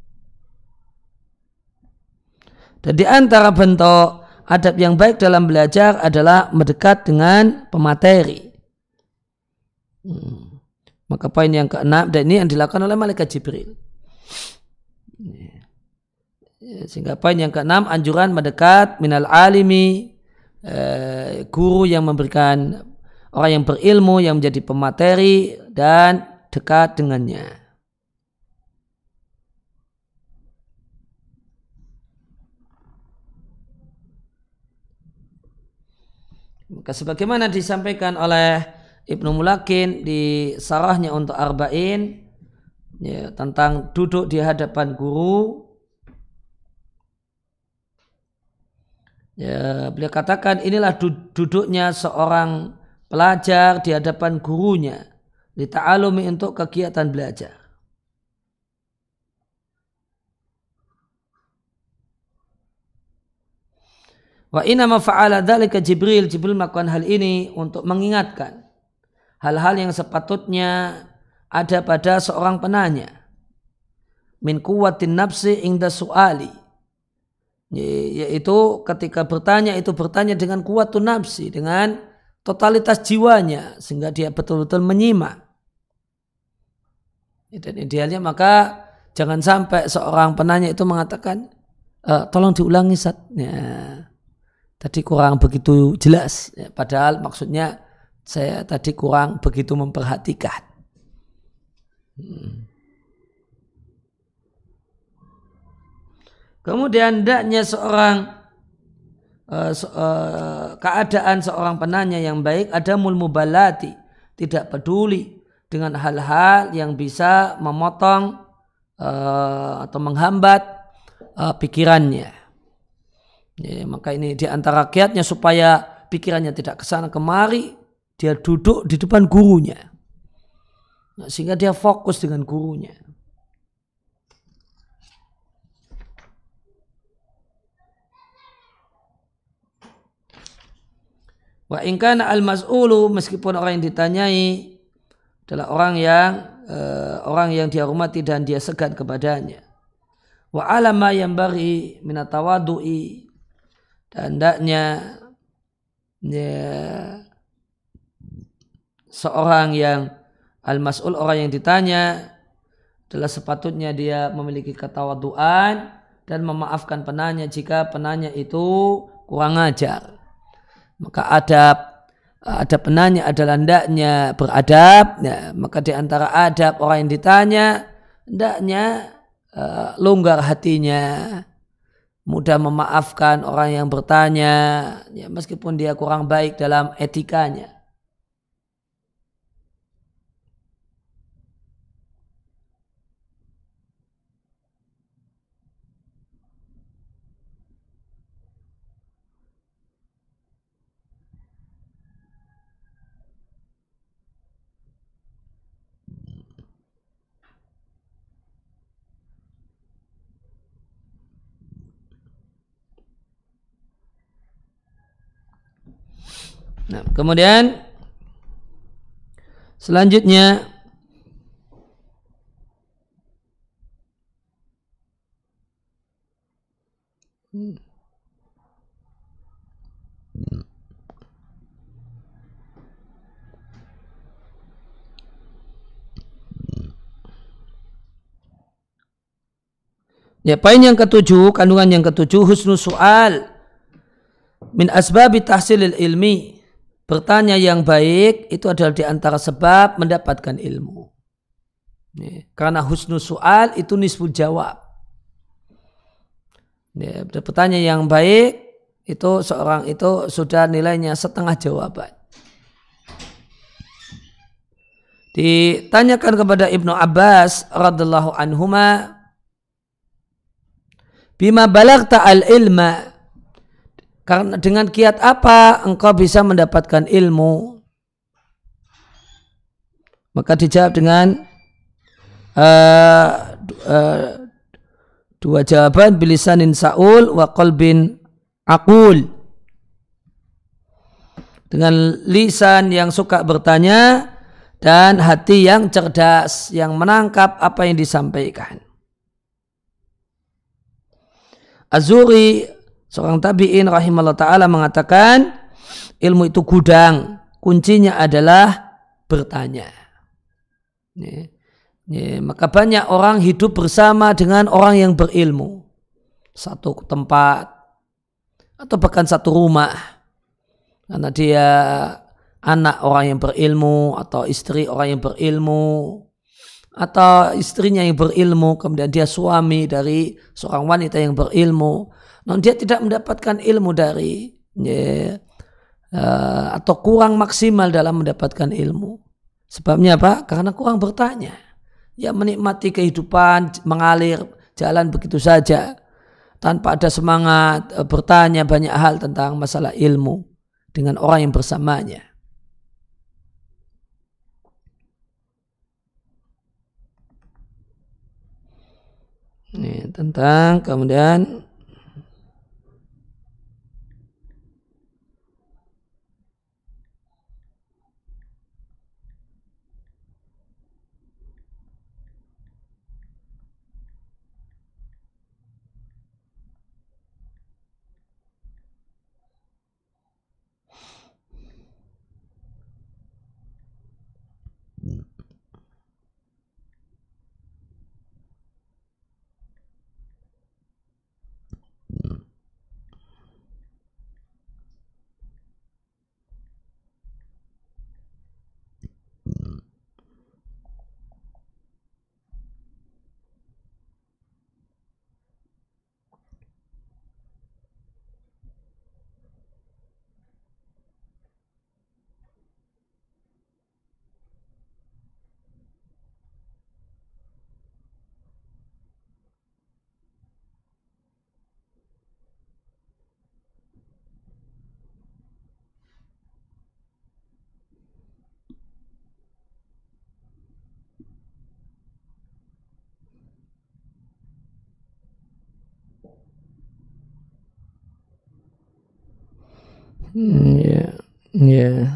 Dan di antara bentuk adab yang baik dalam belajar adalah mendekat dengan pemateri. Maka poin yang keenam, dan ini yang dilakukan oleh malaikat Jibril. Sehingga poin yang keenam, anjuran mendekat minal alimi, guru yang memberikan, orang yang berilmu yang menjadi pemateri dan dekat dengannya. Maka sebagaimana disampaikan oleh Ibnu Mulakin di sarahnya untuk Arba'in, ya, tentang duduk di hadapan guru, ya, beliau katakan inilah duduknya seorang pelajar di hadapan gurunya, lita'alumi, untuk kegiatan belajar. Wa inna ma fa'ala dzalika Jibril melakukan hal ini untuk mengingatkan hal-hal yang sepatutnya ada pada seorang penanya. Min quwwatin nafsi inda su'ali, yaitu ketika bertanya itu bertanya dengan kuwatun nafsi, dengan totalitas jiwanya, sehingga dia betul-betul menyimak. Dan idealnya maka jangan sampai seorang penanya itu mengatakan, tolong diulangi Ustaz, tadi kurang begitu jelas, padahal maksudnya saya tadi kurang begitu memperhatikan. Kemudian hendaknya keadaan seorang penanya yang baik ada mulmubalati, tidak peduli dengan hal-hal yang bisa memotong atau menghambat pikirannya. Ya, maka ini diantara kiatnya supaya pikirannya tidak kesana kemari, dia duduk di depan gurunya, sehingga dia fokus dengan gurunya. Wa in kana al-mas'ulu, meskipun orang yang ditanyai adalah orang yang dia hormati dan dia segan kepadanya. Wa alama yanbaghi min at-tawaddu'i, dan hendaknya seorang yang al-mas'ul, orang yang ditanya, adalah sepatutnya dia memiliki ketawaduan dan memaafkan penanya jika penanya itu kurang ajar. Maka adab penanya adalah hendaknya beradab, ya, maka di antara adab orang yang ditanya hendaknya longgar hatinya, mudah memaafkan orang yang bertanya, ya, meskipun dia kurang baik dalam etikanya. Nah, kemudian selanjutnya Ya, poin yang ketujuh, kandungan yang ketujuh, husnul su'al min asbabi tahsilil ilmi. Bertanya yang baik itu adalah di antara sebab mendapatkan ilmu. Karena husnul su'al itu nisful jawab. Bertanya yang baik itu seorang itu sudah nilainya setengah jawaban. Ditanyakan kepada Ibnu Abbas radhiyallahu anhuma, bima balagta al-ilma, karena dengan kiat apa engkau bisa mendapatkan ilmu? Maka dijawab dengan dua jawaban, bilisanin sa'ul wa qalbin aqul. Dengan lisan yang suka bertanya dan hati yang cerdas yang menangkap apa yang disampaikan. Az-Zuhri, seorang tabi'in rahimahullah ta'ala, mengatakan ilmu itu gudang, kuncinya adalah bertanya. Maka banyak orang hidup bersama dengan orang yang berilmu, satu tempat atau bahkan satu rumah, karena dia anak orang yang berilmu atau istri orang yang berilmu, atau istrinya yang berilmu, kemudian dia suami dari seorang wanita yang berilmu, namun dia tidak mendapatkan ilmu dari atau kurang maksimal dalam mendapatkan ilmu. Sebabnya apa? Karena kurang bertanya. Ya, menikmati kehidupan mengalir jalan begitu saja tanpa ada semangat bertanya banyak hal tentang masalah ilmu dengan orang yang bersamanya. Ini tentang kemudian ya.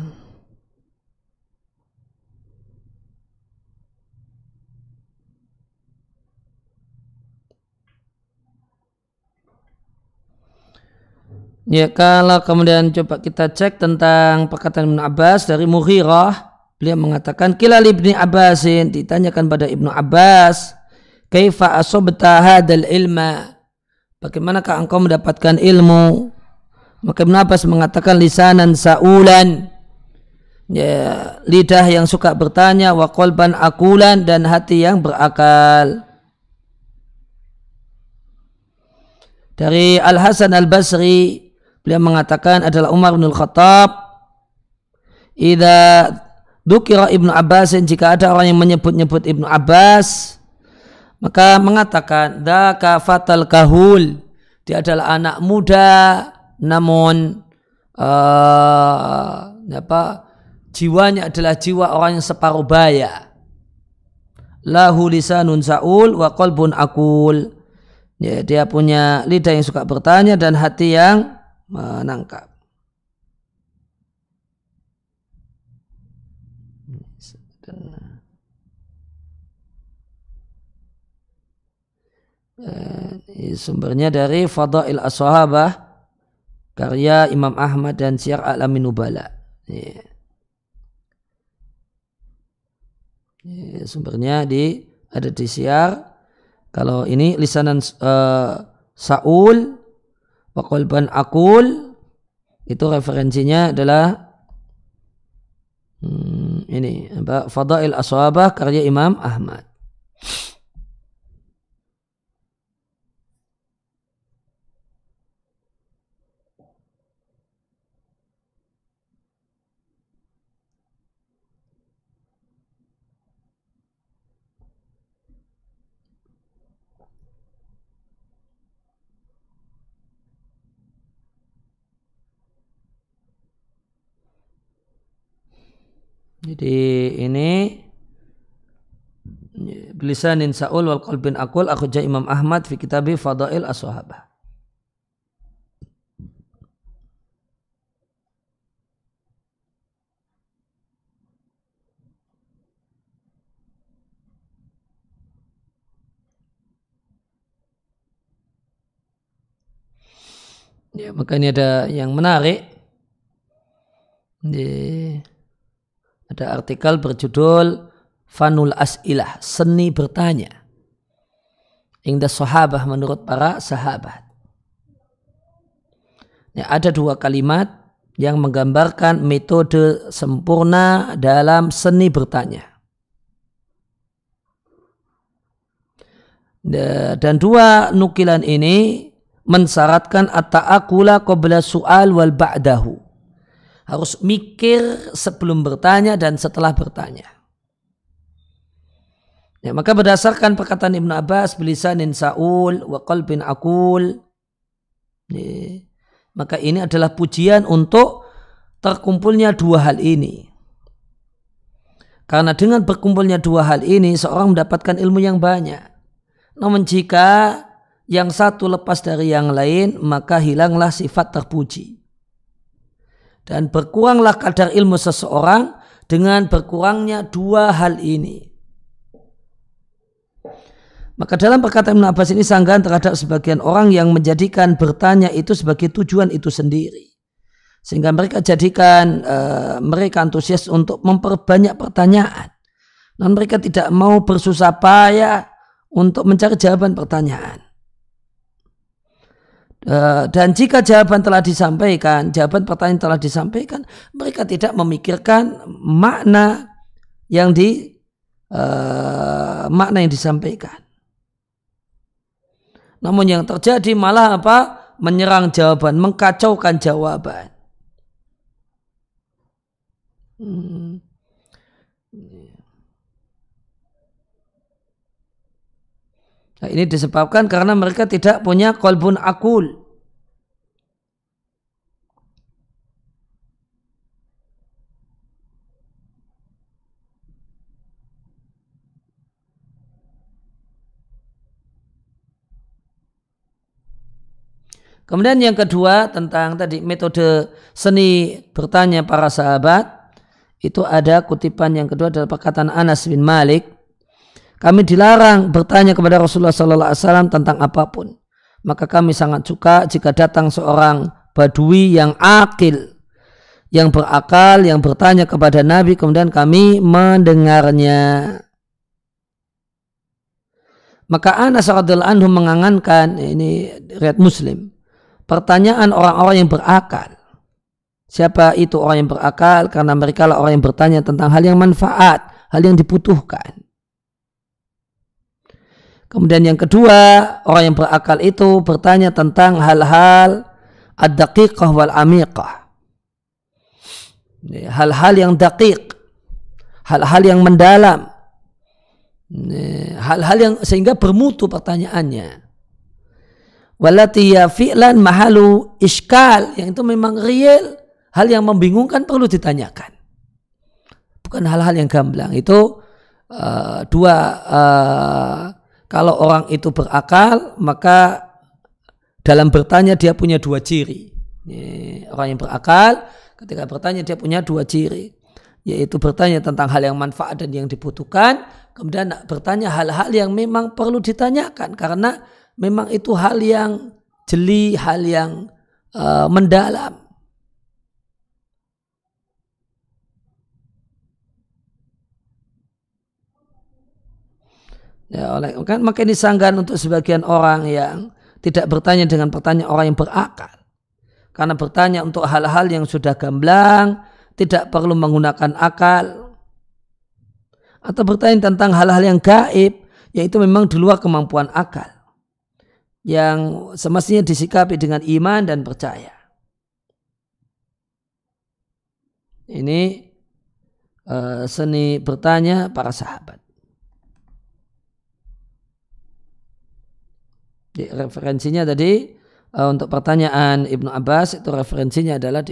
Ya, kalau kemudian coba kita cek tentang perkataan Ibnu Abbas dari Mughirah, beliau mengatakan qila li Ibnu Abbasin, ditanyakan pada Ibnu Abbas, kaifa asabta hadzal ilma, bagaimanakah engkau mendapatkan ilmu? Maka Ibnu Abbas mengatakan lisanan sa'ulan, ya, lidah yang suka bertanya, wa qalban akulan, dan hati yang berakal. Dari Al-Hasan Al-Basri, beliau mengatakan adalah Umar bin Khattab, idza dzukira Ibnu Abbas, jika ada orang yang menyebut-nyebut Ibnu Abbas, maka mengatakan dzaka fatal kahul, dia adalah anak muda namun jiwanya adalah jiwa orang yang separuh baya. Lahu lisanun sa'ul wa qalbun akul, ya, dia punya lidah yang suka bertanya dan hati yang menangkap. Sumbernya dari Fadail As-Sahabah karya Imam Ahmad dan Syiar A'lamin Nubala. Sumbernya ada di Syiar. Kalau ini lisanan Sa'ul wa qalban aqul, itu referensinya adalah ini Fadail As-Sahabah karya Imam Ahmad. Jadi ini bilisanin Sa'ul wal qalbin aqul akhraja Imam Ahmad fi kitabi Fadail As-Sahabah. Ya, maka ini ada yang menarik. Ada artikel berjudul Fanul As'ilah, seni bertanya. Inda sahabah, menurut para sahabat. Ya, ada dua kalimat yang menggambarkan metode sempurna dalam seni bertanya. Dan dua nukilan ini mensyaratkan at-ta'akula qabla su'al wal ba'dahu. Harus mikir sebelum bertanya dan setelah bertanya. Ya, maka berdasarkan perkataan Ibnu Abbas, bilisanin Sa'ul wa qalbin aqul, ya, maka ini adalah pujian untuk terkumpulnya dua hal ini. Karena dengan berkumpulnya dua hal ini, seorang mendapatkan ilmu yang banyak. Namun jika yang satu lepas dari yang lain, maka hilanglah sifat terpuji. Dan berkuranglah kadar ilmu seseorang dengan berkurangnya dua hal ini. Maka dalam perkataan Ibnu Abbas ini sanggahan terhadap sebagian orang yang menjadikan bertanya itu sebagai tujuan itu sendiri. Sehingga mereka jadikan mereka antusias untuk memperbanyak pertanyaan. Dan mereka tidak mau bersusah payah untuk mencari jawaban pertanyaan. Dan jika jawaban jawaban pertanyaan telah disampaikan, mereka tidak memikirkan makna yang disampaikan. Namun yang terjadi malah menyerang jawaban, mengkacaukan jawaban. Nah, ini disebabkan karena mereka tidak punya qalbun aqul. Kemudian yang kedua tentang tadi metode seni bertanya para sahabat, itu ada kutipan yang kedua adalah perkataan Anas bin Malik. Kami dilarang bertanya kepada Rasulullah SAW tentang apapun. Maka kami sangat suka jika datang seorang badui yang akil, yang berakal, yang bertanya kepada Nabi, kemudian kami mendengarnya. Maka Anas radhiyallahu anhu mengangankan, ini riwayat Muslim, pertanyaan orang-orang yang berakal. Siapa itu orang yang berakal? Karena mereka lah orang yang bertanya tentang hal yang manfaat, hal yang dibutuhkan. Kemudian yang kedua, orang yang berakal itu bertanya tentang hal-hal ad-daqiqah wal amiqah. Hal-hal yang daqiq, hal-hal yang mendalam, hal-hal yang sehingga bermutu pertanyaannya. Walati ya fi'lan mahalu iskal, yang itu memang real, hal yang membingungkan perlu ditanyakan. Bukan hal-hal yang gamblang. Itu kalau orang itu berakal, maka dalam bertanya dia punya dua ciri. Orang yang berakal ketika bertanya dia punya dua ciri, yaitu bertanya tentang hal yang manfaat dan yang dibutuhkan, kemudian bertanya hal-hal yang memang perlu ditanyakan karena memang itu hal yang jeli, hal yang mendalam. Ya, kan maka disanggan untuk sebagian orang yang tidak bertanya dengan pertanyaan orang yang berakal. Karena bertanya untuk hal-hal yang sudah gamblang, tidak perlu menggunakan akal. Atau bertanya tentang hal-hal yang gaib, yaitu memang di luar kemampuan akal. Yang semestinya disikapi dengan iman dan percaya. Ini seni bertanya para sahabat. Referensinya tadi untuk pertanyaan Ibnu Abbas itu referensinya adalah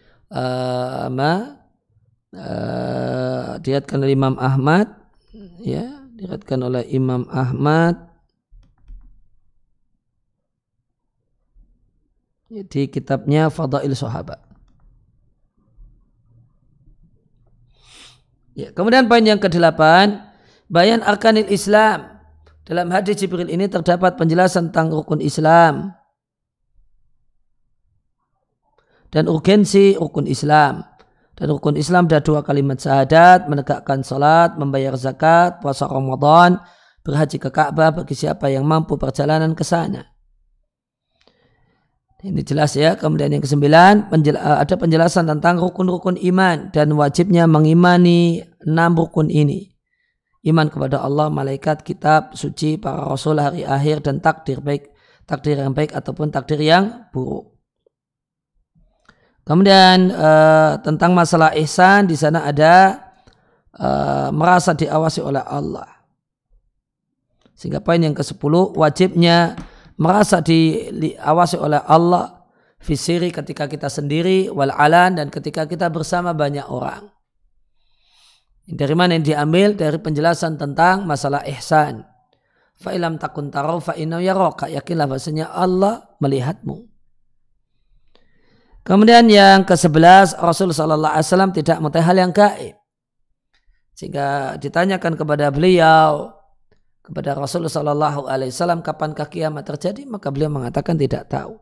diriwayatkan oleh Imam Ahmad, ya, diriwayatkan oleh Imam Ahmad di kitabnya Fadail Sahabat. Ya, kemudian poin yang ke-8, bayan arkanil Islam. Dalam hadis Jibril ini terdapat penjelasan tentang rukun Islam dan urgensi rukun Islam. Dan rukun Islam ada 2 kalimat syahadat, menegakkan salat, membayar zakat, puasa Ramadan, berhaji ke Ka'bah bagi siapa yang mampu perjalanan ke sana. Ini jelas ya. Kemudian yang ke-9, ada penjelasan tentang rukun-rukun iman dan wajibnya mengimani 6 rukun ini. Iman kepada Allah, malaikat, kitab, suci, para rasul, hari akhir, dan takdir yang baik ataupun takdir yang buruk. Kemudian tentang masalah ihsan, di sana ada merasa diawasi oleh Allah. Sehingga poin yang ke-10, wajibnya merasa diawasi oleh Allah fisiri ketika kita sendiri, wal alan, dan ketika kita bersama banyak orang. Dari mana yang diambil? Dari penjelasan tentang masalah ihsan. Fa'ilam takun taraw fa'innahu yaraka. Yakinlah bahasanya Allah melihatmu. Kemudian yang ke-11, Rasulullah SAW tidak mengetahui hal yang gaib. Sehingga ditanyakan kepada beliau, kepada Rasulullah SAW, kapankah kiamat terjadi? Maka beliau mengatakan tidak tahu.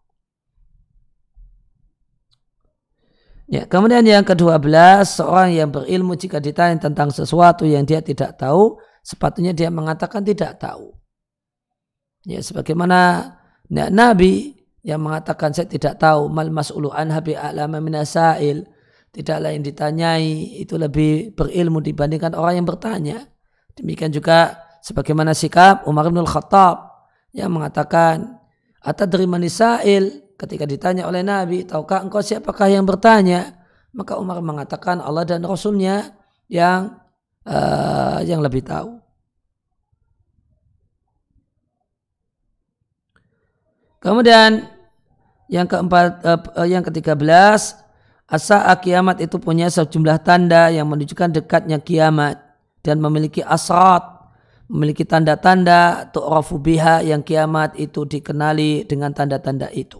Ya, kemudian yang ke-12, seorang yang berilmu jika ditanya tentang sesuatu yang dia tidak tahu, sepatutnya dia mengatakan tidak tahu. Ya, sebagaimana Nabi yang mengatakan saya tidak tahu, mal mas'ulu anha bi'alama minasail, tidaklah yang ditanyai itu lebih berilmu dibandingkan orang yang bertanya. Demikian juga sebagaimana sikap Umar bin Khattab yang mengatakan atadri manisail. Ketika ditanya oleh Nabi, tahukah engkau siapakah yang bertanya? Maka Umar mengatakan Allah dan Rasulnya yang lebih tahu. Kemudian yang ke-13, asa kiamat itu punya sejumlah tanda yang menunjukkan dekatnya kiamat dan memiliki asrat, memiliki tanda-tanda tu'rafu biha, yang kiamat itu dikenali dengan tanda-tanda itu.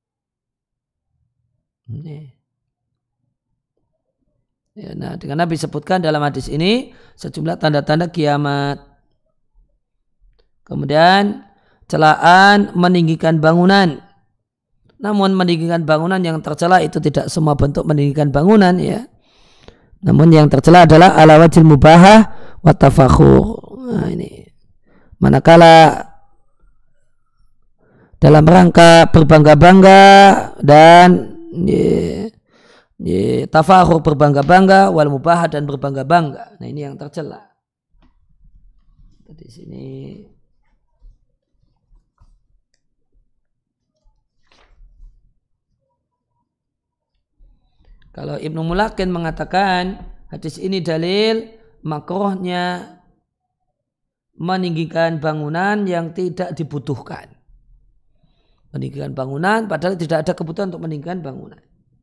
Ya, nah, dengan Nabi sebutkan dalam hadis ini sejumlah tanda-tanda kiamat. Kemudian celaan meninggikan bangunan. Namun meninggikan bangunan yang tercela itu tidak semua bentuk meninggikan bangunan, ya. Namun yang tercela adalah ala wajil mubahah wa tafakhur. Nah, ini manakala dalam rangka berbangga-bangga dan tafakhur, berbangga-bangga, wal mubahah, dan berbangga-bangga. Nah, ini yang tercela. Di sini kalau Ibnu Mulakin mengatakan hadis ini dalil makruhnya meninggikan bangunan yang tidak dibutuhkan. Meninggikan bangunan padahal tidak ada kebutuhan untuk meninggikan bangunan.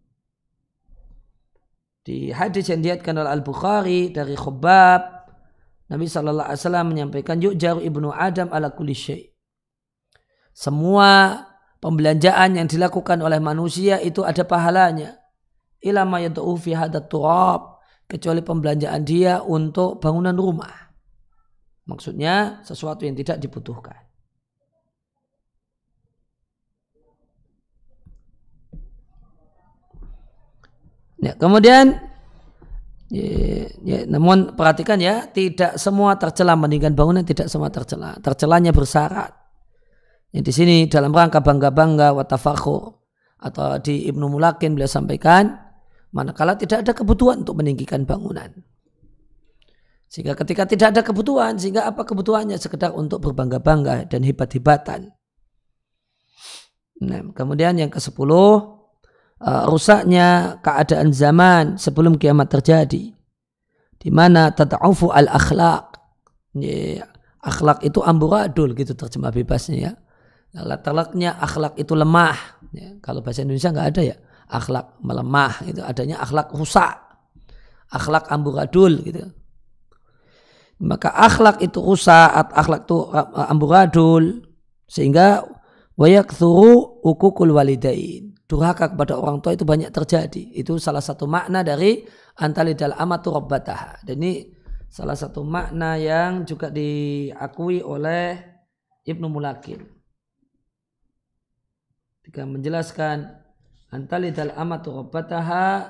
Di hadis yang diriwayatkan oleh Al-Bukhari dari Khubbab, Nabi SAW menyampaikan yu'jaru ibnu Adam ala kulli syai'. Semua pembelanjaan yang dilakukan oleh manusia itu ada pahalanya. Ila ma yad'u fi hadat turab, kecuali pembelanjaan dia untuk bangunan rumah. Maksudnya sesuatu yang tidak dibutuhkan. Ya, kemudian namun perhatikan ya, tidak semua tercela mendirikan bangunan, tidak semua tercela. Tercelanya bersyarat. Ya, di sini dalam rangka bangga-bangga wa tafakhur, atau di Ibnu Mulakin beliau sampaikan manakala tidak ada kebutuhan untuk meninggikan bangunan. Sehingga ketika tidak ada kebutuhan, sehingga apa kebutuhannya? Sekedar untuk berbangga-bangga dan hebat-hebatan. Nah, kemudian yang ke-10, rusaknya keadaan zaman sebelum kiamat terjadi, di mana tad'ufu al-akhlaq. Akhlak itu amburadul, gitu terjemah bebasnya ya. Latar-latarnya akhlak itu lemah. Ya, kalau bahasa Indonesia nggak ada ya. Akhlak melemah, itu adanya akhlak rusak, akhlak amburadul gitu. Maka akhlak itu rusak, akhlak itu amburadul, sehingga wayakthuru ukukul walidain. Durhaka kepada orang tua itu banyak terjadi. Itu salah satu makna dari antalidal amatu rabbataha. Dan ini salah satu makna yang juga diakui oleh Ibnu Mulakin. Ketika menjelaskan antalidal amatu rabbataha,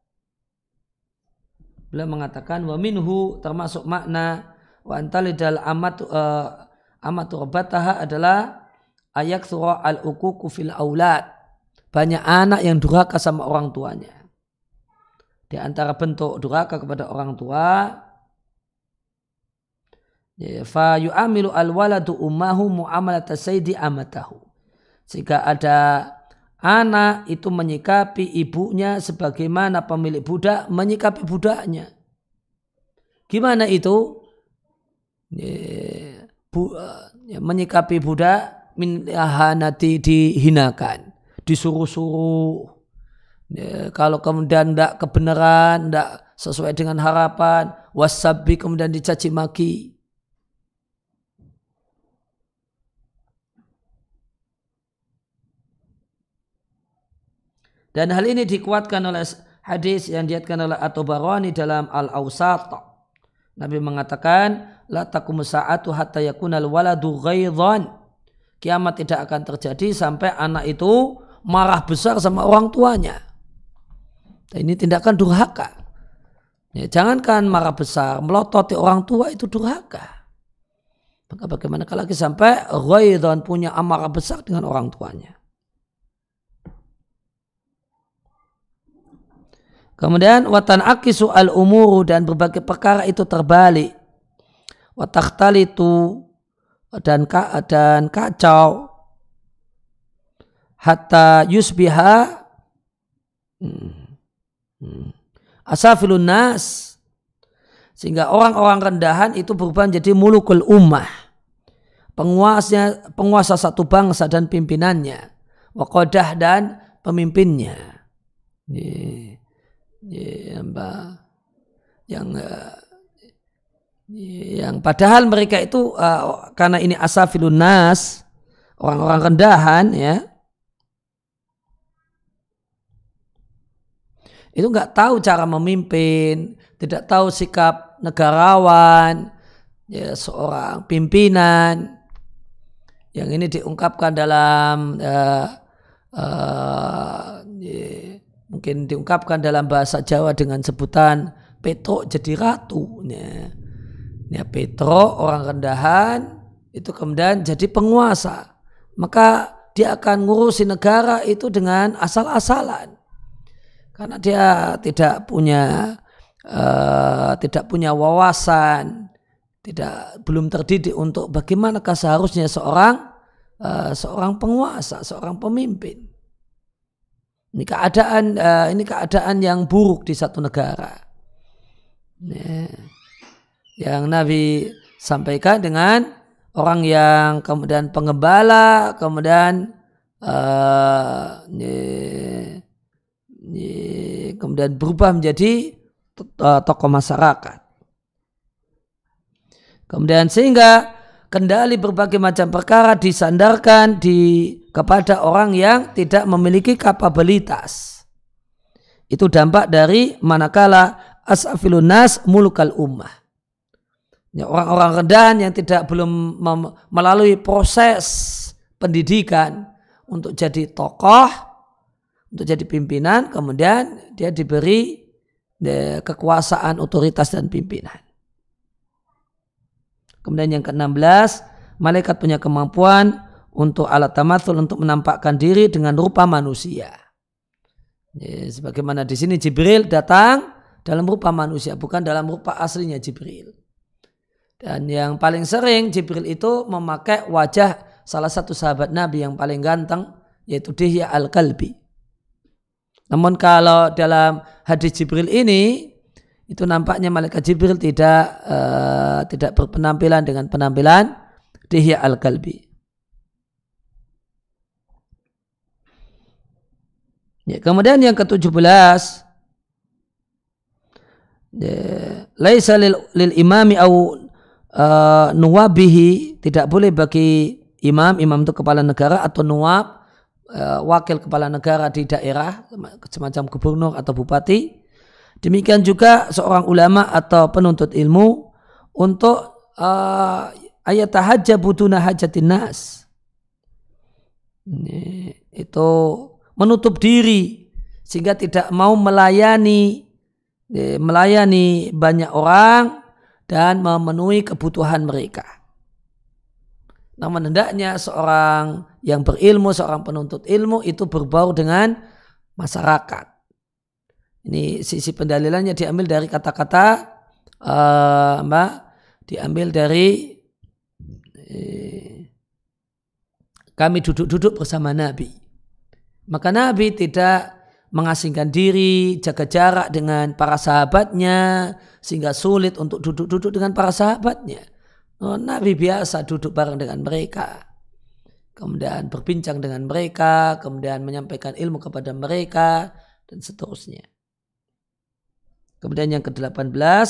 beliau mengatakan wa minhu, termasuk makna wa antalidal amatu rabbataha adalah ayaktsura al-uququ fil aulad. Banyak anak yang durhaka sama orang tuanya. Di antara bentuk durhaka kepada orang tua, fa yu'amilu al-waladu ummahu mu'amalata sayyidi amatahu. Jika ada anak itu menyikapi ibunya sebagaimana pemilik budak menyikapi budaknya. Gimana itu? Menyikapi budak min ahanati, dihinakan, disuruh-suruh. Kalau kemudian tidak kebenaran, tidak sesuai dengan harapan, wasabi, kemudian dicaci maki. Dan hal ini dikuatkan oleh hadis yang diriwayatkan oleh At-Tabarani dalam Al-Awsat. Nabi mengatakan, la taqumu sa'atu hatta yakunal waladu ghaidhan. Kiamat tidak akan terjadi sampai anak itu marah besar sama orang tuanya. Dan ini tindakan durhaka. Ya, jangankan marah besar, melototi orang tua itu durhaka. Maka bagaimana kalau lagi sampai ghaidhan, punya amarah besar dengan orang tuanya. Kemudian watan akisu al umuru, dan berbagai perkara itu terbalik. Watakhtalitu, dan kacau. Hatta yusbiha asafilun nas, sehingga orang-orang rendahan itu berubah menjadi mulukul ummah, penguasa satu bangsa dan pimpinannya, waqadah, dan pemimpinnya. Yang padahal mereka itu karena ini asafilun nas, orang-orang rendahan ya, itu nggak tahu cara memimpin, tidak tahu sikap negarawan ya, seorang pimpinan. Yang ini diungkapkan dalam mungkin diungkapkan dalam bahasa Jawa dengan sebutan Petro jadi ratu. Ya, Petro orang rendahan itu kemudian jadi penguasa. Maka dia akan ngurusi negara itu dengan asal-asalan. Karena dia tidak punya wawasan, belum terdidik untuk bagaimanakah seharusnya seorang penguasa, seorang pemimpin. Ini keadaan yang buruk di satu negara. Yang Nabi sampaikan dengan orang yang kemudian pengembala, kemudian berubah menjadi tokoh masyarakat. Kemudian sehingga kendali berbagai macam perkara disandarkan kepada orang yang tidak memiliki kapabilitas. Itu dampak dari manakala asafilun nas mulukal ummah. Ya, orang-orang rendahan yang belum melalui proses pendidikan untuk jadi tokoh, untuk jadi pimpinan, kemudian dia diberi kekuasaan, otoritas dan pimpinan. Kemudian yang ke-16, malaikat punya kemampuan untuk alat tamatsul, untuk menampakkan diri dengan rupa manusia. Sebagaimana di sini Jibril datang dalam rupa manusia, bukan dalam rupa aslinya Jibril. Dan yang paling sering Jibril itu memakai wajah salah satu sahabat Nabi yang paling ganteng, yaitu Dihya al-Kalbi. Namun kalau dalam hadis Jibril ini, itu nampaknya malaikat Jibril tidak berpenampilan dengan penampilan Dihya al-Kalbi. Ya, kemudian yang ke-17, laisa lil imami au nuwabihi, tidak boleh bagi imam itu kepala negara, atau nuwab, wakil kepala negara di daerah semacam gubernur atau bupati. Demikian juga seorang ulama atau penuntut ilmu untuk ayat tahajjab buduna hajatin nas. Itu menutup diri sehingga tidak mau melayani banyak orang dan memenuhi kebutuhan mereka. Namun hendaknya seorang yang berilmu, seorang penuntut ilmu itu berbaur dengan masyarakat. Ini sisi pendalilannya diambil dari kata-kata diambil dari kami duduk-duduk bersama Nabi. Maka Nabi tidak mengasingkan diri, jaga jarak dengan para sahabatnya sehingga sulit untuk duduk-duduk dengan para sahabatnya. Nabi biasa duduk bareng dengan mereka, kemudian berbincang dengan mereka, kemudian menyampaikan ilmu kepada mereka, dan seterusnya. Kemudian yang ke-18,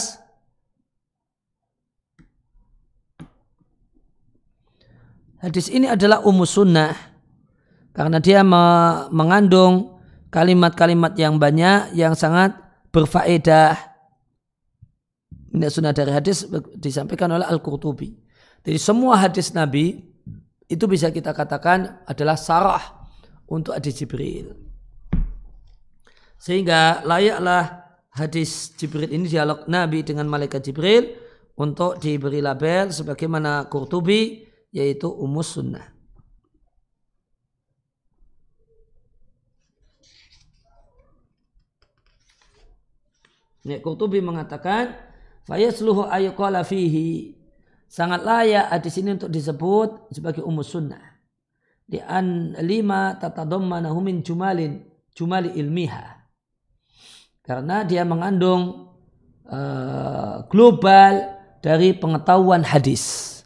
hadis ini adalah ummus sunnah karena dia mengandung kalimat-kalimat yang banyak yang sangat berfaedah. Ini sunnah dari hadis disampaikan oleh Al-Qurtubi. Jadi semua hadis Nabi itu bisa kita katakan adalah sarah untuk hadis Jibril. Sehingga layaklah hadis Jibril ini, dialog Nabi dengan malaikat Jibril, untuk diberi label sebagaimana Qurtubi, yaitu ummus sunnah. Qurtubi mengatakan, fayasluhu ayyuqala fihi, sangat layak hadis ini untuk disebut sebagai ummus sunnah. Di an lima tatadammanahu min jumali ilmiha. Karena dia mengandung global dari pengetahuan hadis.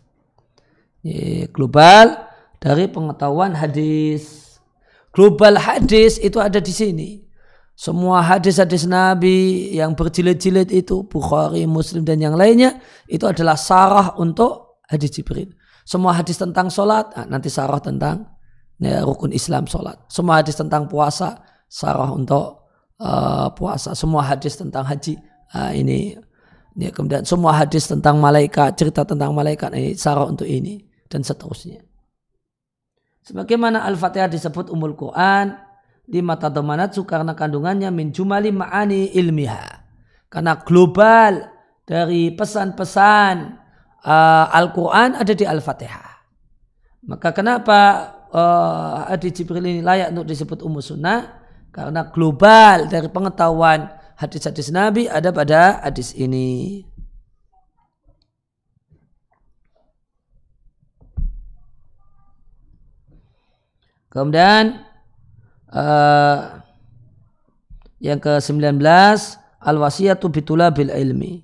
Global dari pengetahuan hadis. Global hadis itu ada di sini. Semua hadis-hadis Nabi yang berjilid-jilid itu, Bukhari, Muslim dan yang lainnya, itu adalah sarah untuk hadis Jibril. Semua hadis tentang sholat, nanti sarah tentang rukun Islam sholat. Semua hadis tentang puasa, sarah untuk puasa. Semua hadis tentang haji, ini kemudian semua hadis tentang malaikat, cerita tentang malaikat, ini sarah untuk ini, dan seterusnya. Sebagaimana Al-Fatihah disebut Ummul Quran, lima tadamanatsu, karena kandungannya min jumali ma'ani ilmiha, karena global dari pesan-pesan Al-Quran ada di Al-Fatihah. Maka kenapa hadis Jibril ini layak untuk disebut ummus sunnah? Karena global dari pengetahuan hadis-hadis Nabi ada pada hadis ini. Kemudian yang ke-19, al-wasiyatu bitulabil ilmi.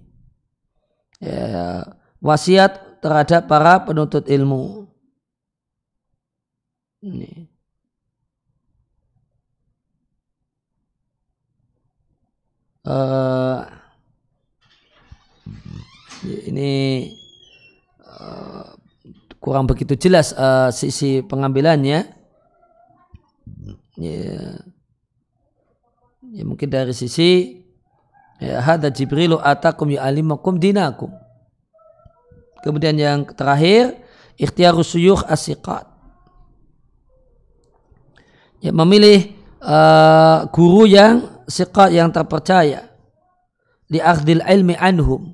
Wasiat terhadap para penuntut ilmu. Ini. Ini kurang begitu jelas sisi pengambilannya. Ya mungkin dari sisi hadza Jibrilu atakum ya'alimakum dinakum. Kemudian yang terakhir, ikhtiyarus suyukh as-siqat. Ya, memilih guru yang siqat, yang terpercaya, li akhdil ilmi anhum,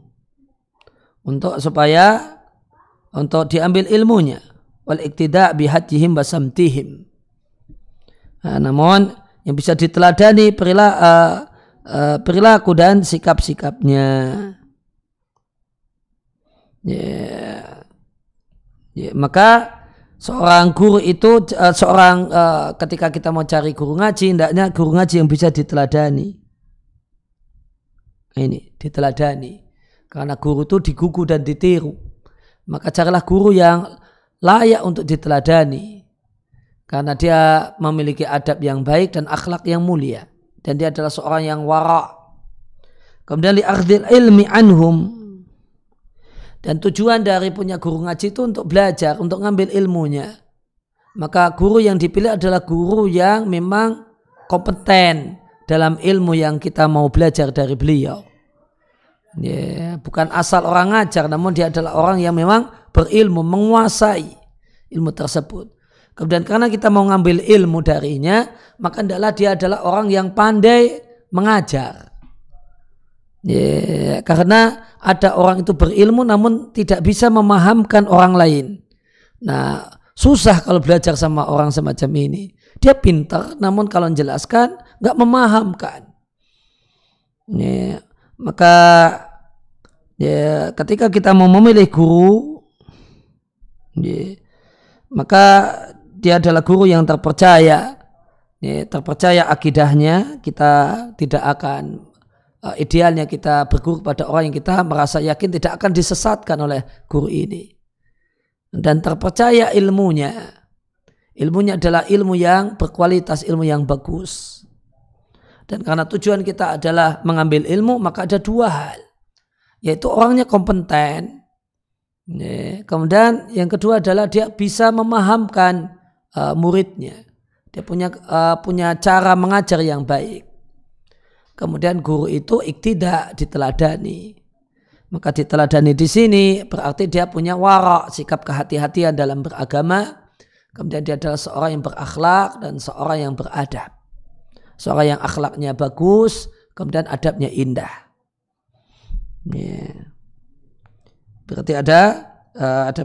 supaya diambil ilmunya, wal iktida' bihadjihim wa samtihim. Namun yang bisa diteladani perilaku dan sikap-sikapnya. Maka seorang guru itu ketika kita mau cari guru ngaji, hendaknya guru ngaji yang bisa diteladani. Ini diteladani, karena guru itu digugu dan ditiru. Maka carilah guru yang layak untuk diteladani, karena dia memiliki adab yang baik dan akhlak yang mulia, dan dia adalah seorang yang wara'. Kemudian li akhdil ilmi anhum, dan tujuan dari punya guru ngaji itu untuk belajar, untuk ngambil ilmunya. Maka guru yang dipilih adalah guru yang memang kompeten dalam ilmu yang kita mau belajar dari beliau. Bukan asal orang ngajar, namun dia adalah orang yang memang berilmu, menguasai ilmu tersebut. Kemudian karena kita mau ngambil ilmu darinya, maka hendaklah dia adalah orang yang pandai mengajar. Karena ada orang itu berilmu namun tidak bisa memahamkan orang lain. Nah, susah kalau belajar sama orang semacam ini. Dia pintar namun kalau menjelaskan nggak memahamkan. Maka ketika kita mau memilih guru, maka dia adalah guru yang terpercaya, terpercaya akidahnya. Kita tidak akan, idealnya kita berguru pada orang yang kita merasa yakin tidak akan disesatkan oleh guru ini, dan terpercaya ilmunya adalah ilmu yang berkualitas, ilmu yang bagus. Dan karena tujuan kita adalah mengambil ilmu, maka ada dua hal, yaitu orangnya kompeten, kemudian yang kedua adalah dia bisa memahamkan muridnya, dia punya cara mengajar yang baik. Kemudian guru itu iktidak, diteladani. Maka diteladani di sini berarti dia punya wara', sikap kehati-hatian dalam beragama. Kemudian dia adalah seorang yang berakhlak dan seorang yang beradab. Seorang yang akhlaknya bagus, kemudian adabnya indah. Berarti ada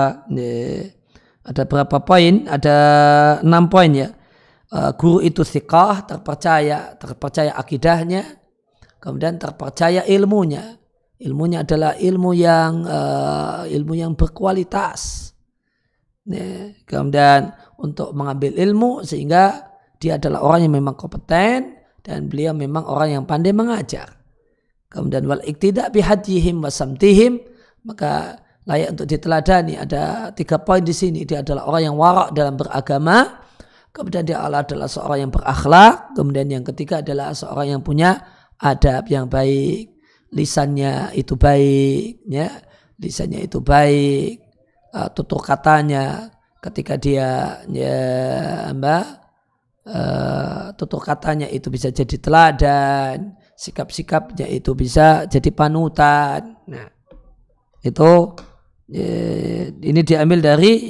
berapa poin? Ada 6 poin ya. Guru itu thiqah, terpercaya akidahnya, kemudian terpercaya ilmunya. Ilmunya adalah ilmu yang berkualitas. Kemudian untuk mengambil ilmu sehingga dia adalah orang yang memang kompeten dan beliau memang orang yang pandai mengajar. Kemudian wal iktidak bihadjihim wa samtihim, maka layak untuk diteladani. Ada 3 poin di sini. Dia adalah orang yang wara' dalam beragama. Kemudian dia adalah seorang yang berakhlak. Kemudian yang ketiga adalah seorang yang punya adab yang baik. Lisannya itu baik, ya. Lisannya itu baik. Tutur katanya ketika dia tutur katanya itu bisa jadi teladan. Sikap-sikapnya itu bisa jadi panutan. Nah, itu ini diambil dari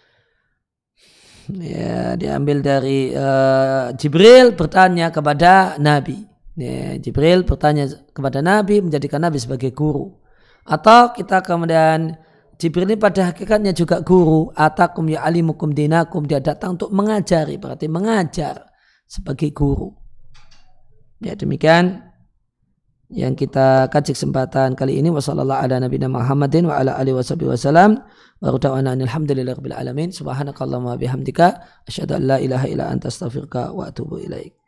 diambil dari Jibril bertanya kepada Nabi. Jibril bertanya kepada Nabi, menjadikan Nabi sebagai guru. Atau kita kemudian Jibril ini pada hakikatnya juga guru. Atakum ya'alimukum dinakum, dia datang untuk mengajari, berarti mengajar sebagai guru. Ya, demikian yang kita kaji kesempatan kali ini. Wassallallahu ala nabiyina Muhammadin wa ala alihi wasallam. Wa rada'ana alhamdulillahirabbil alamin. Subhanakallahumma bihamdika asyhadu an la ilaha illa anta astaghfiruka wa atubu ilaik.